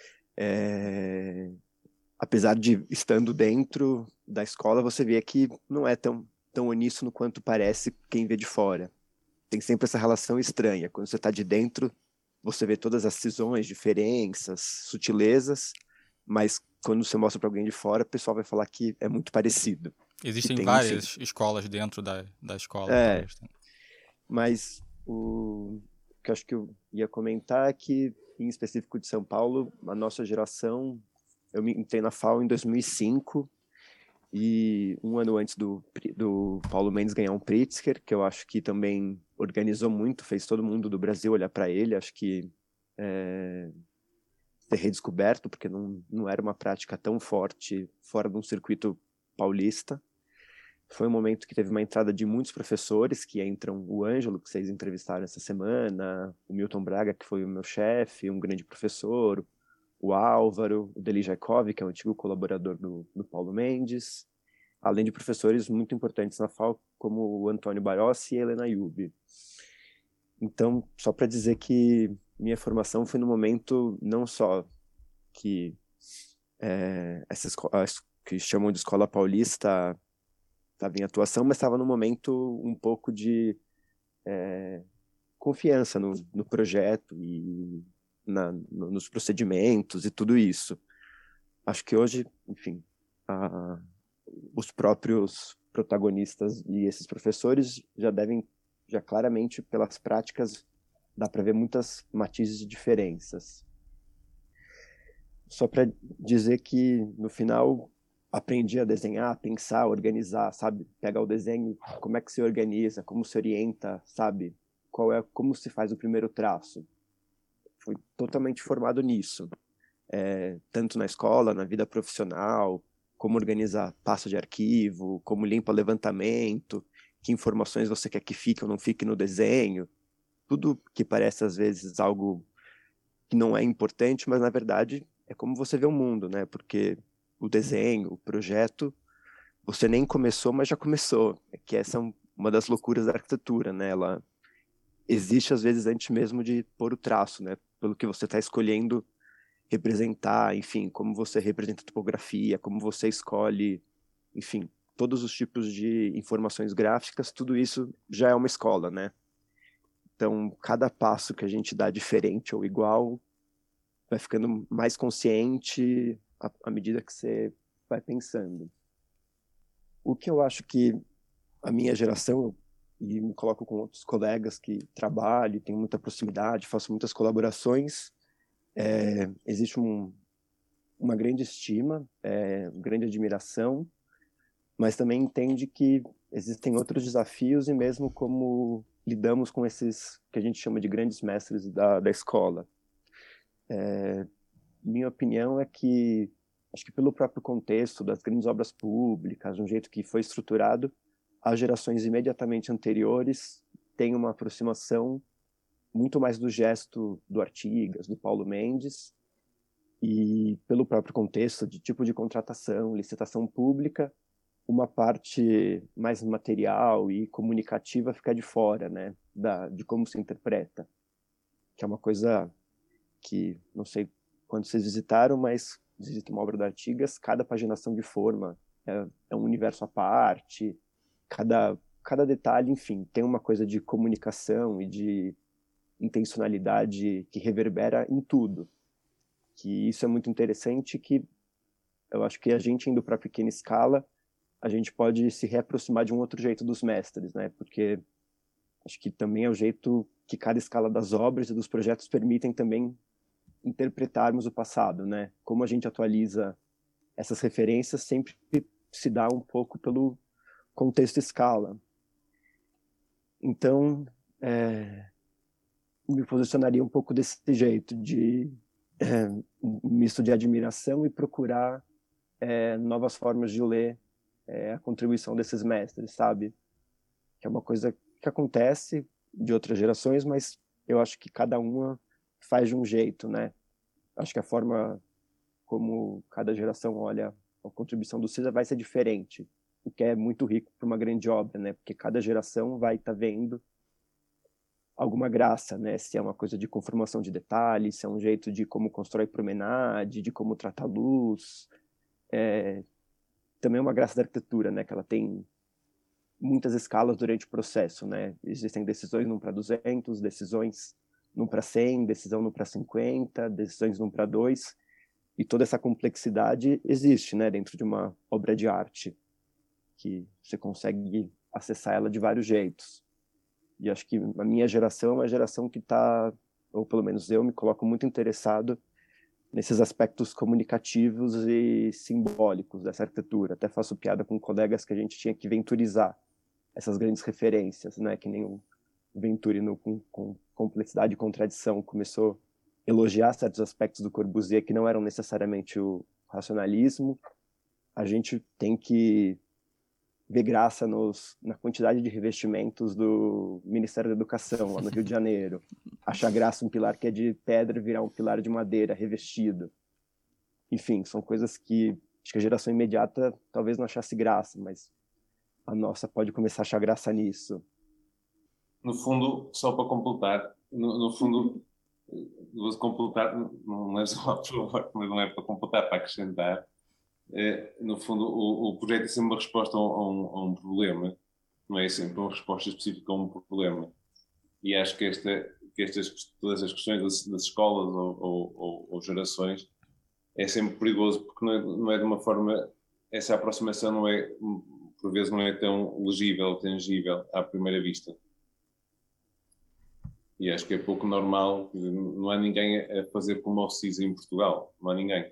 É, apesar de, estando dentro da escola, você vê que não é tão, tão uníssono quanto parece quem vê de fora. Tem sempre essa relação estranha. Quando você está de dentro, você vê todas as cisões, diferenças, sutilezas, mas quando você mostra para alguém de fora, o pessoal vai falar que é muito parecido. Existem tem, várias enfim, escolas dentro da, da escola É, paulista. mas o que eu acho que eu ia comentar é que, em específico de São Paulo, a nossa geração, eu me entrei na F A U em dois mil e cinco, e um ano antes do, do Paulo Mendes ganhar um Pritzker, que eu acho que também organizou muito, fez todo mundo do Brasil olhar para ele, acho que é, ter redescoberto, porque não, não era uma prática tão forte fora de um circuito paulista. Foi um momento que teve uma entrada de muitos professores, que entram o Ângelo, que vocês entrevistaram essa semana, o Milton Braga, que foi o meu chefe, um grande professor, o Álvaro, o Deli Jacob, que é um antigo colaborador do, do Paulo Mendes, além de professores muito importantes na F A U, como o Antônio Barossi e a Helena Yubi. Então, só para dizer que minha formação foi no momento não só que é, essa escola, que chamam de Escola Paulista estava em atuação, mas estava num momento um pouco de é, confiança no, no projeto e na, no, nos procedimentos e tudo isso. Acho que hoje, enfim, a, os próprios protagonistas e esses professores já devem, já claramente pelas práticas, dá para ver muitas matizes de diferenças. Só para dizer que, no final, aprendi a desenhar, pensar, organizar, sabe? Pegar o desenho, como é que se organiza, como se orienta, sabe? Qual é, como se faz o primeiro traço. Fui totalmente formado nisso. É, tanto na escola, na vida profissional, como organizar pasta de arquivo, como limpa levantamento, que informações você quer que fique ou não fique no desenho. Tudo que parece, às vezes, algo que não é importante, mas, na verdade, é como você vê o mundo, né? Porque o desenho, o projeto, você nem começou, mas já começou. É que essa é uma das loucuras da arquitetura, né? Ela existe, às vezes, antes mesmo de pôr o traço, né? Pelo que você está escolhendo representar, enfim, como você representa a topografia, como você escolhe, enfim, todos os tipos de informações gráficas, tudo isso já é uma escola, né? Então, cada passo que a gente dá diferente ou igual vai ficando mais consciente à, à medida que você vai pensando. O que eu acho que a minha geração, e me coloco com outros colegas que trabalho, tenho muita proximidade, faço muitas colaborações, é, existe um, uma grande estima, é, uma grande admiração, mas também entende que existem outros desafios e mesmo como lidamos com esses que a gente chama de grandes mestres da, da escola. É, minha opinião é que, acho que pelo próprio contexto das grandes obras públicas, de um jeito que foi estruturado, as gerações imediatamente anteriores têm uma aproximação muito mais do gesto do Artigas, do Paulo Mendes, e pelo próprio contexto de tipo de contratação, licitação pública, uma parte mais material e comunicativa fica de fora, né, da, de como se interpreta, que é uma coisa que, não sei quando vocês visitaram, mas visitam uma obra do Artigas, cada paginação de forma é, é um universo à parte, cada, cada detalhe, enfim, tem uma coisa de comunicação e de intencionalidade que reverbera em tudo. Que isso é muito interessante, que eu acho que a gente indo para a pequena escala, a gente pode se reaproximar de um outro jeito dos mestres, né? Porque acho que também é o jeito que cada escala das obras e dos projetos permitem também interpretarmos o passado, né? Como a gente atualiza essas referências sempre se dá um pouco pelo contexto escala. Então, é, me posicionaria um pouco desse jeito, de é, um misto de admiração e procurar é, novas formas de ler é, a contribuição desses mestres, sabe? Que é uma coisa que acontece de outras gerações, mas eu acho que cada uma faz de um jeito, né? Acho que a forma como cada geração olha a contribuição do César vai ser diferente, o que é muito rico para uma grande obra, né? Porque cada geração vai estar tá vendo alguma graça, né? Se é uma coisa de conformação de detalhes, se é um jeito de como constrói promenade, de como tratar luz. É... Também é uma graça da arquitetura, né? Que ela tem muitas escalas durante o processo, né? Existem decisões num para duzentos, decisões num para cem, decisão num para cinquenta, decisões num para dois, e toda essa complexidade existe, né? Dentro de uma obra de arte. que você consegue acessar ela de vários jeitos. E acho que a minha geração é uma geração que está, ou pelo menos eu me coloco muito interessado nesses aspectos comunicativos e simbólicos dessa arquitetura. Até faço piada com colegas que a gente tinha que venturizar essas grandes referências, né? Que nem o Venturi, no, com, com complexidade e contradição, começou a elogiar certos aspectos do Corbusier que não eram necessariamente o racionalismo. A gente tem que ver graça nos, na quantidade de revestimentos do Ministério da Educação, lá no Rio de Janeiro. Achar graça um pilar que é de pedra virar um pilar de madeira revestido. Enfim, são coisas que acho que a geração imediata talvez não achasse graça, mas a nossa pode começar a achar graça nisso. No fundo, só para completar, no, no fundo, vou completar, não é só para, mas não é para completar, para acrescentar. É, no fundo, o, o projeto é sempre uma resposta a um, a um problema, não é sempre uma resposta específica a um problema. E acho que, esta, que estas, todas as questões das, das escolas ou, ou, ou, ou gerações é sempre perigoso, porque não é, não é de uma forma, essa aproximação não é, por vezes, não é tão legível, tangível à primeira vista. E acho que é pouco normal, não há ninguém a fazer como o C I S em Portugal, não há ninguém.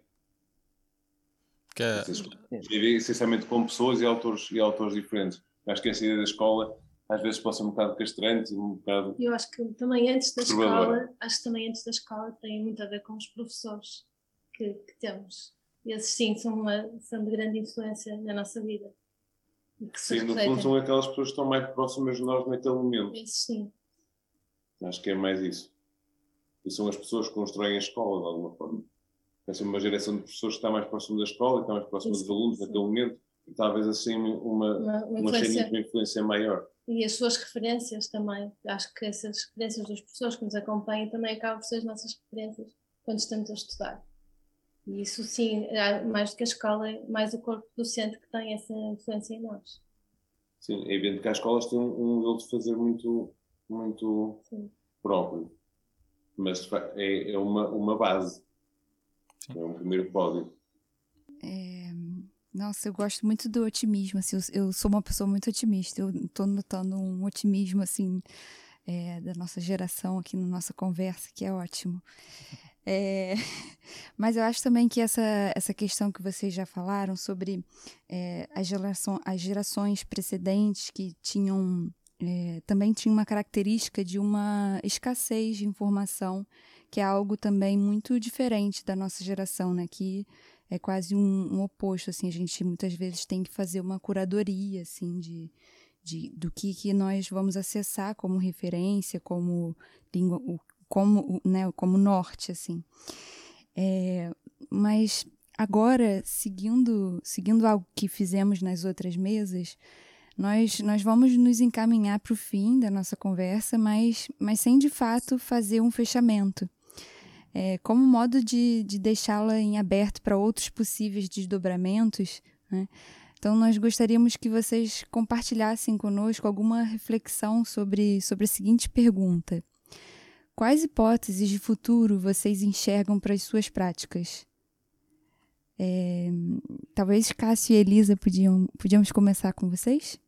Que é... Escrever essencialmente com pessoas e autores, e autores diferentes. Acho que essa ideia da escola às vezes pode ser um bocado castrante, um bocado... Eu acho que também antes da escola, acho que também antes da escola tem muito a ver com os professores que, que temos. E esses sim são, uma, são de grande influência na nossa vida. Sim, no fundo são aquelas pessoas que estão mais próximas de nós naquele momento. Isso sim. Acho que é mais isso. E são as pessoas que constroem a escola, de alguma forma. É sempre uma geração de professores que está mais próxima da escola, que está mais próxima dos alunos naquele momento, e talvez assim uma, uma, uma, influência. uma influência maior. E as suas referências também. Acho que essas referências dos professores que nos acompanham também acabam por ser as nossas referências quando estamos a estudar. E isso sim, mais do que a escola, é mais o corpo docente que tem essa influência em nós. Sim, é evidente que as escolas têm um modelo de fazer muito, muito próprio, mas é, é uma, uma base. Sim. É um primeiro pódio. É, nossa, eu gosto muito do otimismo, assim, eu, eu sou uma pessoa muito otimista, eu estou notando um otimismo, assim, é, da nossa geração aqui na nossa conversa, que é ótimo. É, mas eu acho também que essa, essa questão que vocês já falaram sobre é, as, geração, as gerações precedentes que tinham, é, também tinham uma característica de uma escassez de informação, que é algo também muito diferente da nossa geração, né? Que é quase um, um oposto, assim, a gente muitas vezes tem que fazer uma curadoria, assim, de, de, do que, que nós vamos acessar como referência, como língua, como, né, como norte, assim. É, mas agora, seguindo, seguindo algo que fizemos nas outras mesas, Nós, nós vamos nos encaminhar para o fim da nossa conversa, mas, mas sem, de fato, fazer um fechamento. É, como modo de, de deixá-la em aberto para outros possíveis desdobramentos, né? Então, nós gostaríamos que vocês compartilhassem conosco alguma reflexão sobre, sobre a seguinte pergunta. Quais hipóteses de futuro vocês enxergam para as suas práticas? É, talvez Cássio e Elisa podiam, podíamos começar com vocês?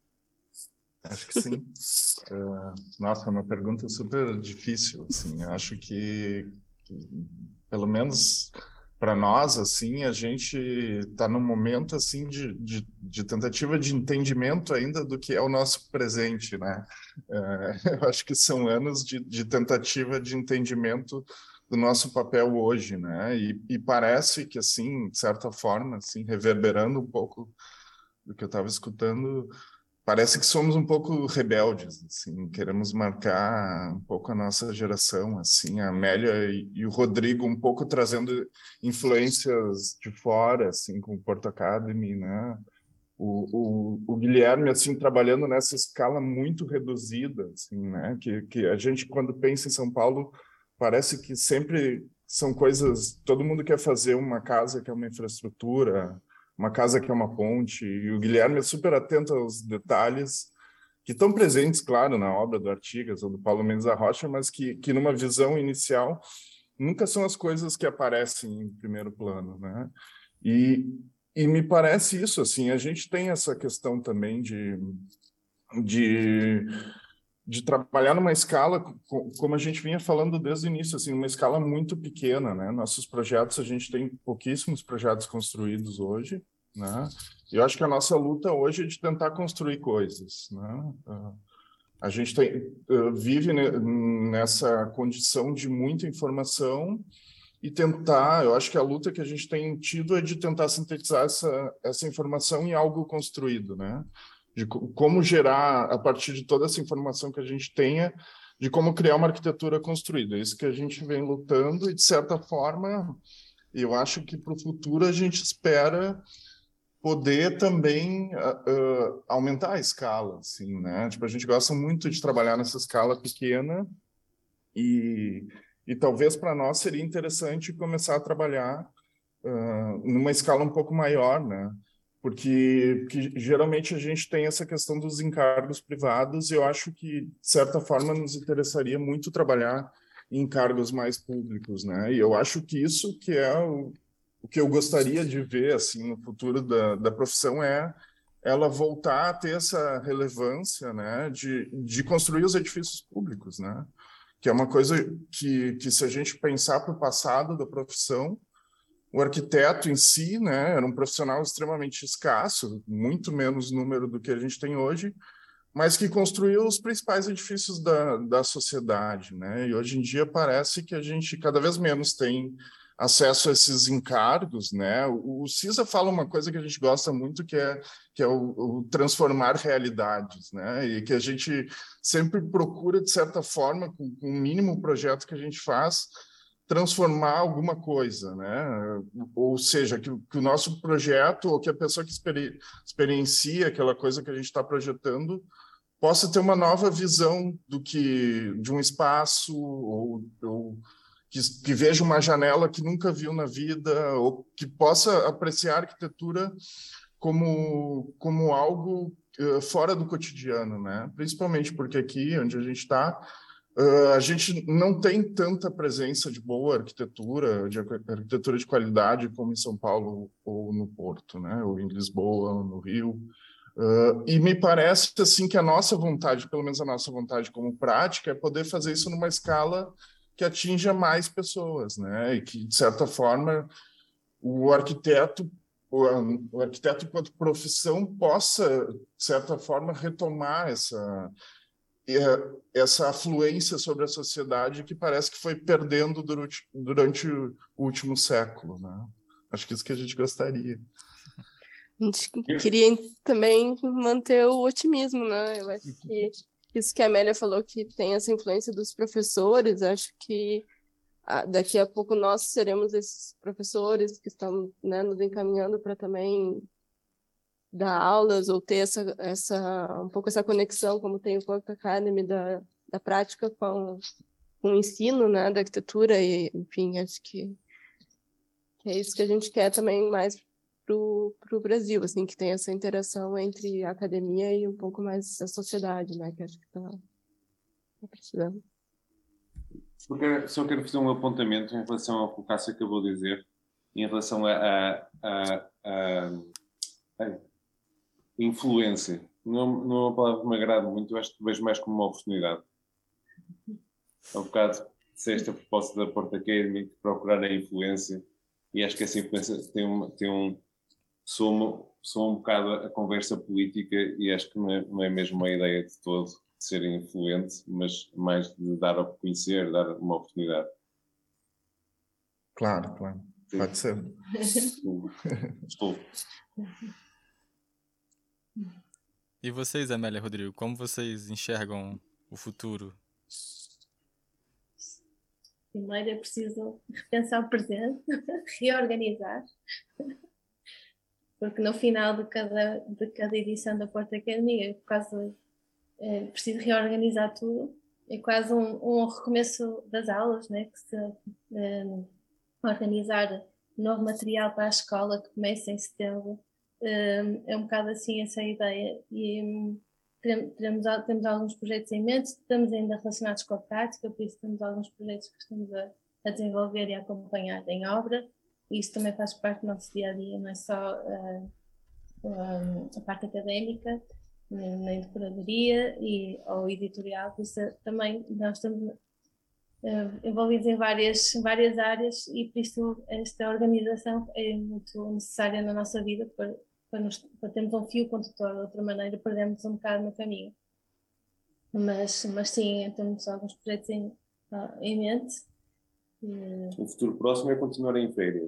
Acho que sim. Uh, nossa, é uma pergunta super difícil, assim. Acho que, que pelo menos para nós, assim, a gente está num momento, assim, de, de, de tentativa de entendimento ainda do que é o nosso presente, né? Uh, eu acho que são anos de, de tentativa de entendimento do nosso papel hoje, né? E, e parece que, assim, de certa forma, assim, reverberando um pouco do que eu estava escutando, parece que somos um pouco rebeldes, assim, queremos marcar um pouco a nossa geração, assim, a Amélia e, e o Rodrigo um pouco trazendo influências de fora, assim, com o Porto Academy, né? O, o, o Guilherme, assim, trabalhando nessa escala muito reduzida, assim, né? Que, que a gente, quando pensa em São Paulo, parece que sempre são coisas... Todo mundo quer fazer uma casa que é uma infraestrutura, uma casa que é uma ponte, e o Guilherme é super atento aos detalhes que estão presentes, claro, na obra do Artigas ou do Paulo Mendes da Rocha, mas que, que numa visão inicial nunca são as coisas que aparecem em primeiro plano, né? E, e me parece isso, assim, a gente tem essa questão também de, de, de trabalhar numa escala, como a gente vinha falando desde o início, assim, uma escala muito pequena, né? Nossos projetos, a gente tem pouquíssimos projetos construídos hoje, né? E eu acho que a nossa luta hoje é de tentar construir coisas, né? A gente tem, vive nessa condição de muita informação e tentar, eu acho que a luta que a gente tem tido é de tentar sintetizar essa, essa informação em algo construído, né? De como gerar, a partir de toda essa informação que a gente tenha, de como criar uma arquitetura construída. É isso que a gente vem lutando e, de certa forma, eu acho que para o futuro a gente espera poder também uh, uh, aumentar a escala, assim, né? Tipo, a gente gosta muito de trabalhar nessa escala pequena e, e talvez para nós seria interessante começar a trabalhar uh, numa escala um pouco maior, né? Porque, porque geralmente a gente tem essa questão dos encargos privados e eu acho que, de certa forma, nos interessaria muito trabalhar em encargos mais públicos, né? E eu acho que isso que é o O que eu gostaria de ver assim no futuro da, da profissão é ela voltar a ter essa relevância, né, de, de construir os edifícios públicos, né, que é uma coisa que, que se a gente pensar para o passado da profissão, o arquiteto em si, né, era um profissional extremamente escasso, muito menos número do que a gente tem hoje, mas que construiu os principais edifícios da, da sociedade, né, e hoje em dia parece que a gente cada vez menos tem acesso a esses encargos, né? O, o CISA fala uma coisa que a gente gosta muito, que é, que é o, o transformar realidades, né? E que a gente sempre procura, de certa forma, com, com o mínimo projeto que a gente faz, transformar alguma coisa, né? Ou seja, que, que o nosso projeto, ou que a pessoa que experi, experiencia aquela coisa que a gente está projetando, possa ter uma nova visão do que de um espaço, ou, ou Que, que veja uma janela que nunca viu na vida, ou que possa apreciar a arquitetura como, como algo uh, fora do cotidiano, né? Principalmente porque aqui, onde a gente está, uh, a gente não tem tanta presença de boa arquitetura, de arquitetura de qualidade, como em São Paulo ou no Porto, né? Ou em Lisboa, ou no Rio. Uh, e me parece assim que a nossa vontade, pelo menos a nossa vontade como prática, é poder fazer isso numa escala que atinja mais pessoas, né? E que, de certa forma, o arquiteto, o, o arquiteto enquanto profissão possa, de certa forma, retomar essa, essa afluência sobre a sociedade que parece que foi perdendo durante, durante o último século, né? Acho que isso que a gente gostaria. A gente queria também manter o otimismo, né? Eu acho que isso que a Amélia falou, que tem essa influência dos professores, acho que ah, daqui a pouco nós seremos esses professores que estão, né, nos encaminhando para também dar aulas ou ter essa, essa, um pouco essa conexão, como tem o Porto Academy, da, da prática com, com o ensino, né, da arquitetura, e, enfim, acho que, que é isso que a gente quer também mais para o Brasil, assim, que tem essa interação entre a academia e um pouco mais a sociedade, né, que acho que está tá precisando. Só quero, só quero fazer um apontamento em relação ao que o Cássio acabou de dizer, em relação a, a, a, a, a influência. Não, não é uma palavra que me agrada muito, eu acho que vejo mais como uma oportunidade. Há um bocado disseste a propósito da Porto Academy, procurar a influência, e acho que essa influência tem, uma, tem um soma, soma um bocado a conversa política, e acho que não é, não é mesmo uma ideia de todo de ser influente, mas mais de dar a conhecer, dar uma oportunidade. Claro, claro. Sim. Pode ser. Estou. Estou. E vocês, Amélia e Rodrigo, como vocês enxergam o futuro? Primeiro é preciso repensar o presente, reorganizar, porque no final de cada, de cada edição da Porto Academy é quase é preciso reorganizar tudo, é quase um, um recomeço das aulas, né? Que se um, organizar novo material para a escola que começa em setembro, um, é um bocado assim essa ideia, e um, Temos, temos alguns projetos em mente, estamos ainda relacionados com a prática, por isso temos alguns projetos que estamos a, a desenvolver e a acompanhar em obra, e isso também faz parte do nosso dia a dia, não é só uh, um, a parte académica, nem, nem de curadoria e, ou editorial, isso é, também nós estamos uh, envolvidos em várias, em várias áreas e por isso esta organização é muito necessária na nossa vida para, para, nos, para termos um fio condutor, de outra maneira perdemos um bocado no caminho. Mas, mas sim, temos alguns projetos em, uh, em mente. O futuro próximo é continuar em férias.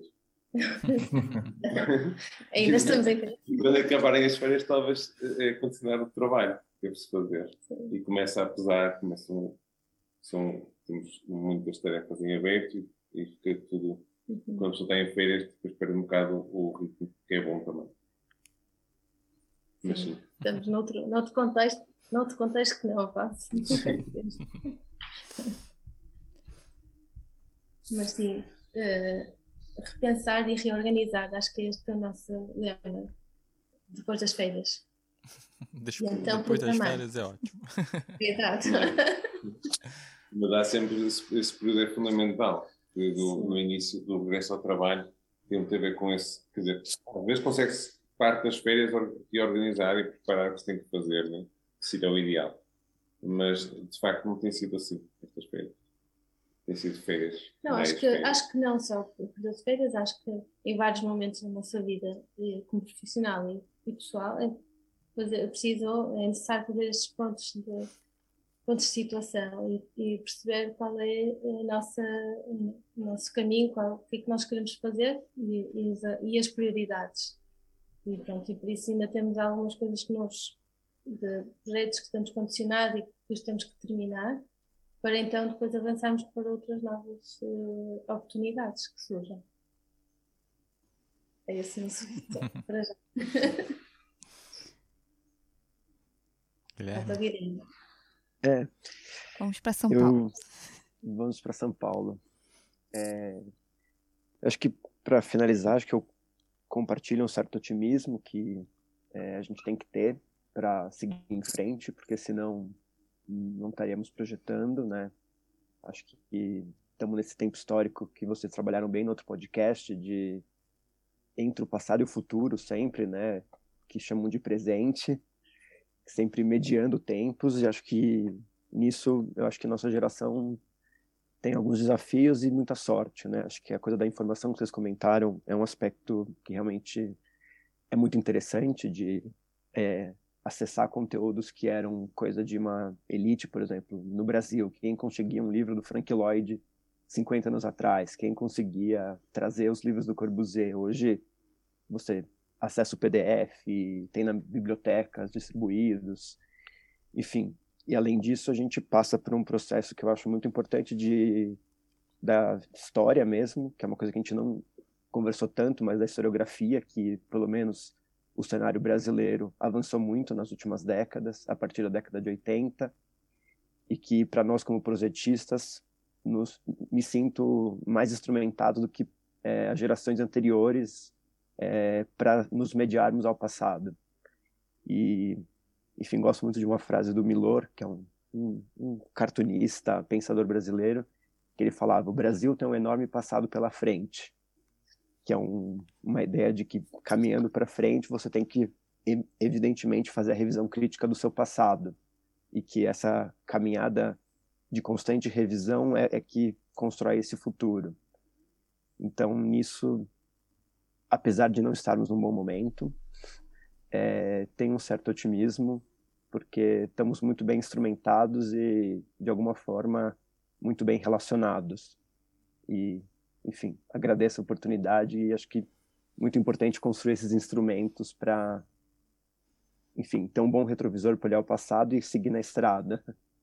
Ainda estamos em férias. E quando acabarem as férias, talvez é continuar o trabalho que deve-se fazer. Sim. E começa a pesar, começam, são, temos muitas tarefas em aberto e, e fica tudo. Uhum. Quando a pessoa está em férias, depois perde um bocado o ritmo, que é bom também. Sim. Mas, sim. Estamos noutro, noutro contexto, noutro contexto que não eu faço. Mas sim, uh, repensar e reorganizar, acho que este é o nosso lema, depois das férias. Desculpa, então, depois das férias é ótimo. Exato. Mas há sempre esse, esse período é fundamental, do, no início do regresso ao trabalho, tem muito a ver com esse, quer dizer, às vezes consegue-se parte das férias reorganizar e preparar o que se tem que fazer, né? Que seria o ideal. Mas, de facto, não tem sido assim, estas férias. Tem sido férias. Não, acho que, férias. acho que não só por das férias, acho que em vários momentos da nossa vida, como profissional e, e pessoal, é, é preciso, é necessário fazer estes pontos de, pontos de situação e, e perceber qual é a nossa, o nosso caminho, qual, o que é que nós queremos fazer e, e, e as prioridades. E pronto, e por isso ainda temos algumas coisas que nós, de projetos que estamos condicionados e que depois temos que terminar, para então depois avançarmos para outras novas uh, oportunidades que surjam. É assim, para já. Guilherme. É. Vamos para São eu... Paulo. Vamos para São Paulo. É... Acho que, para finalizar, acho que eu compartilho um certo otimismo que é, a gente tem que ter para seguir em frente, porque senão não estaríamos projetando, né? Acho que estamos nesse tempo histórico que vocês trabalharam bem no outro podcast, de entre o passado e o futuro sempre, né? Que chamam de presente, sempre mediando tempos, e acho que nisso, eu acho que nossa geração tem alguns desafios e muita sorte, né? Acho que a coisa da informação que vocês comentaram é um aspecto que realmente é muito interessante de é, acessar conteúdos que eram coisa de uma elite, por exemplo, no Brasil. Quem conseguia um livro do Frank Lloyd cinquenta anos atrás? Quem conseguia trazer os livros do Corbusier? Hoje você acessa o P D F, tem na bibliotecas distribuídos, enfim. E além disso, a gente passa por um processo que eu acho muito importante de, da história mesmo, que é uma coisa que a gente não conversou tanto, mas da historiografia, que pelo menos o cenário brasileiro avançou muito nas últimas décadas, a partir da década de oitenta, e que para nós como projetistas, nos, me sinto mais instrumentado do que é, as gerações anteriores é, para nos mediarmos ao passado. E, enfim, gosto muito de uma frase do Milor, que é um, um, um cartunista, pensador brasileiro, que ele falava: o Brasil tem um enorme passado pela frente, que é um, uma ideia de que, caminhando para frente, você tem que, evidentemente, fazer a revisão crítica do seu passado, e que essa caminhada de constante revisão é, é que constrói esse futuro. Então, nisso, apesar de não estarmos num bom momento, é, tem um certo otimismo, porque estamos muito bem instrumentados e, de alguma forma, muito bem relacionados. E enfim, agradeço a oportunidade e acho que muito importante construir esses instrumentos para, enfim, ter um bom retrovisor para olhar o passado e seguir na estrada.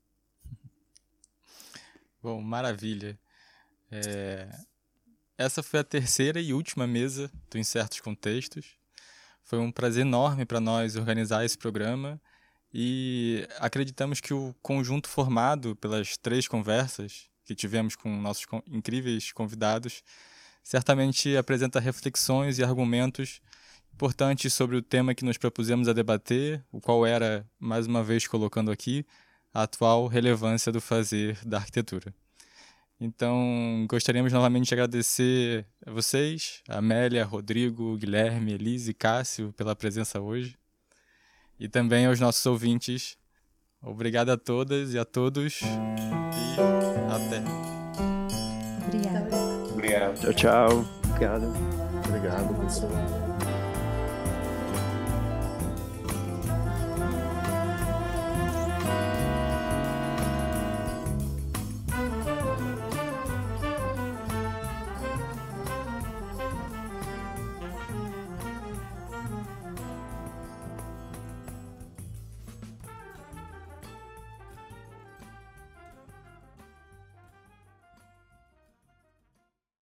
Bom, maravilha. É... Essa foi a terceira e última mesa do Em Certos Contextos. Foi um prazer enorme para nós organizar esse programa e acreditamos que o conjunto formado pelas três conversas que tivemos com nossos incríveis convidados, certamente apresenta reflexões e argumentos importantes sobre o tema que nos propusemos a debater, o qual era, mais uma vez colocando aqui, a atual relevância do fazer da arquitetura. Então, gostaríamos novamente de agradecer a vocês, a Amélia, Rodrigo, Guilherme, Elise e Cássio, pela presença hoje. E também aos nossos ouvintes. Obrigado a todas e a todos. E até. Obrigada. Obrigado. Tchau, tchau. Obrigado. Obrigado, pessoal.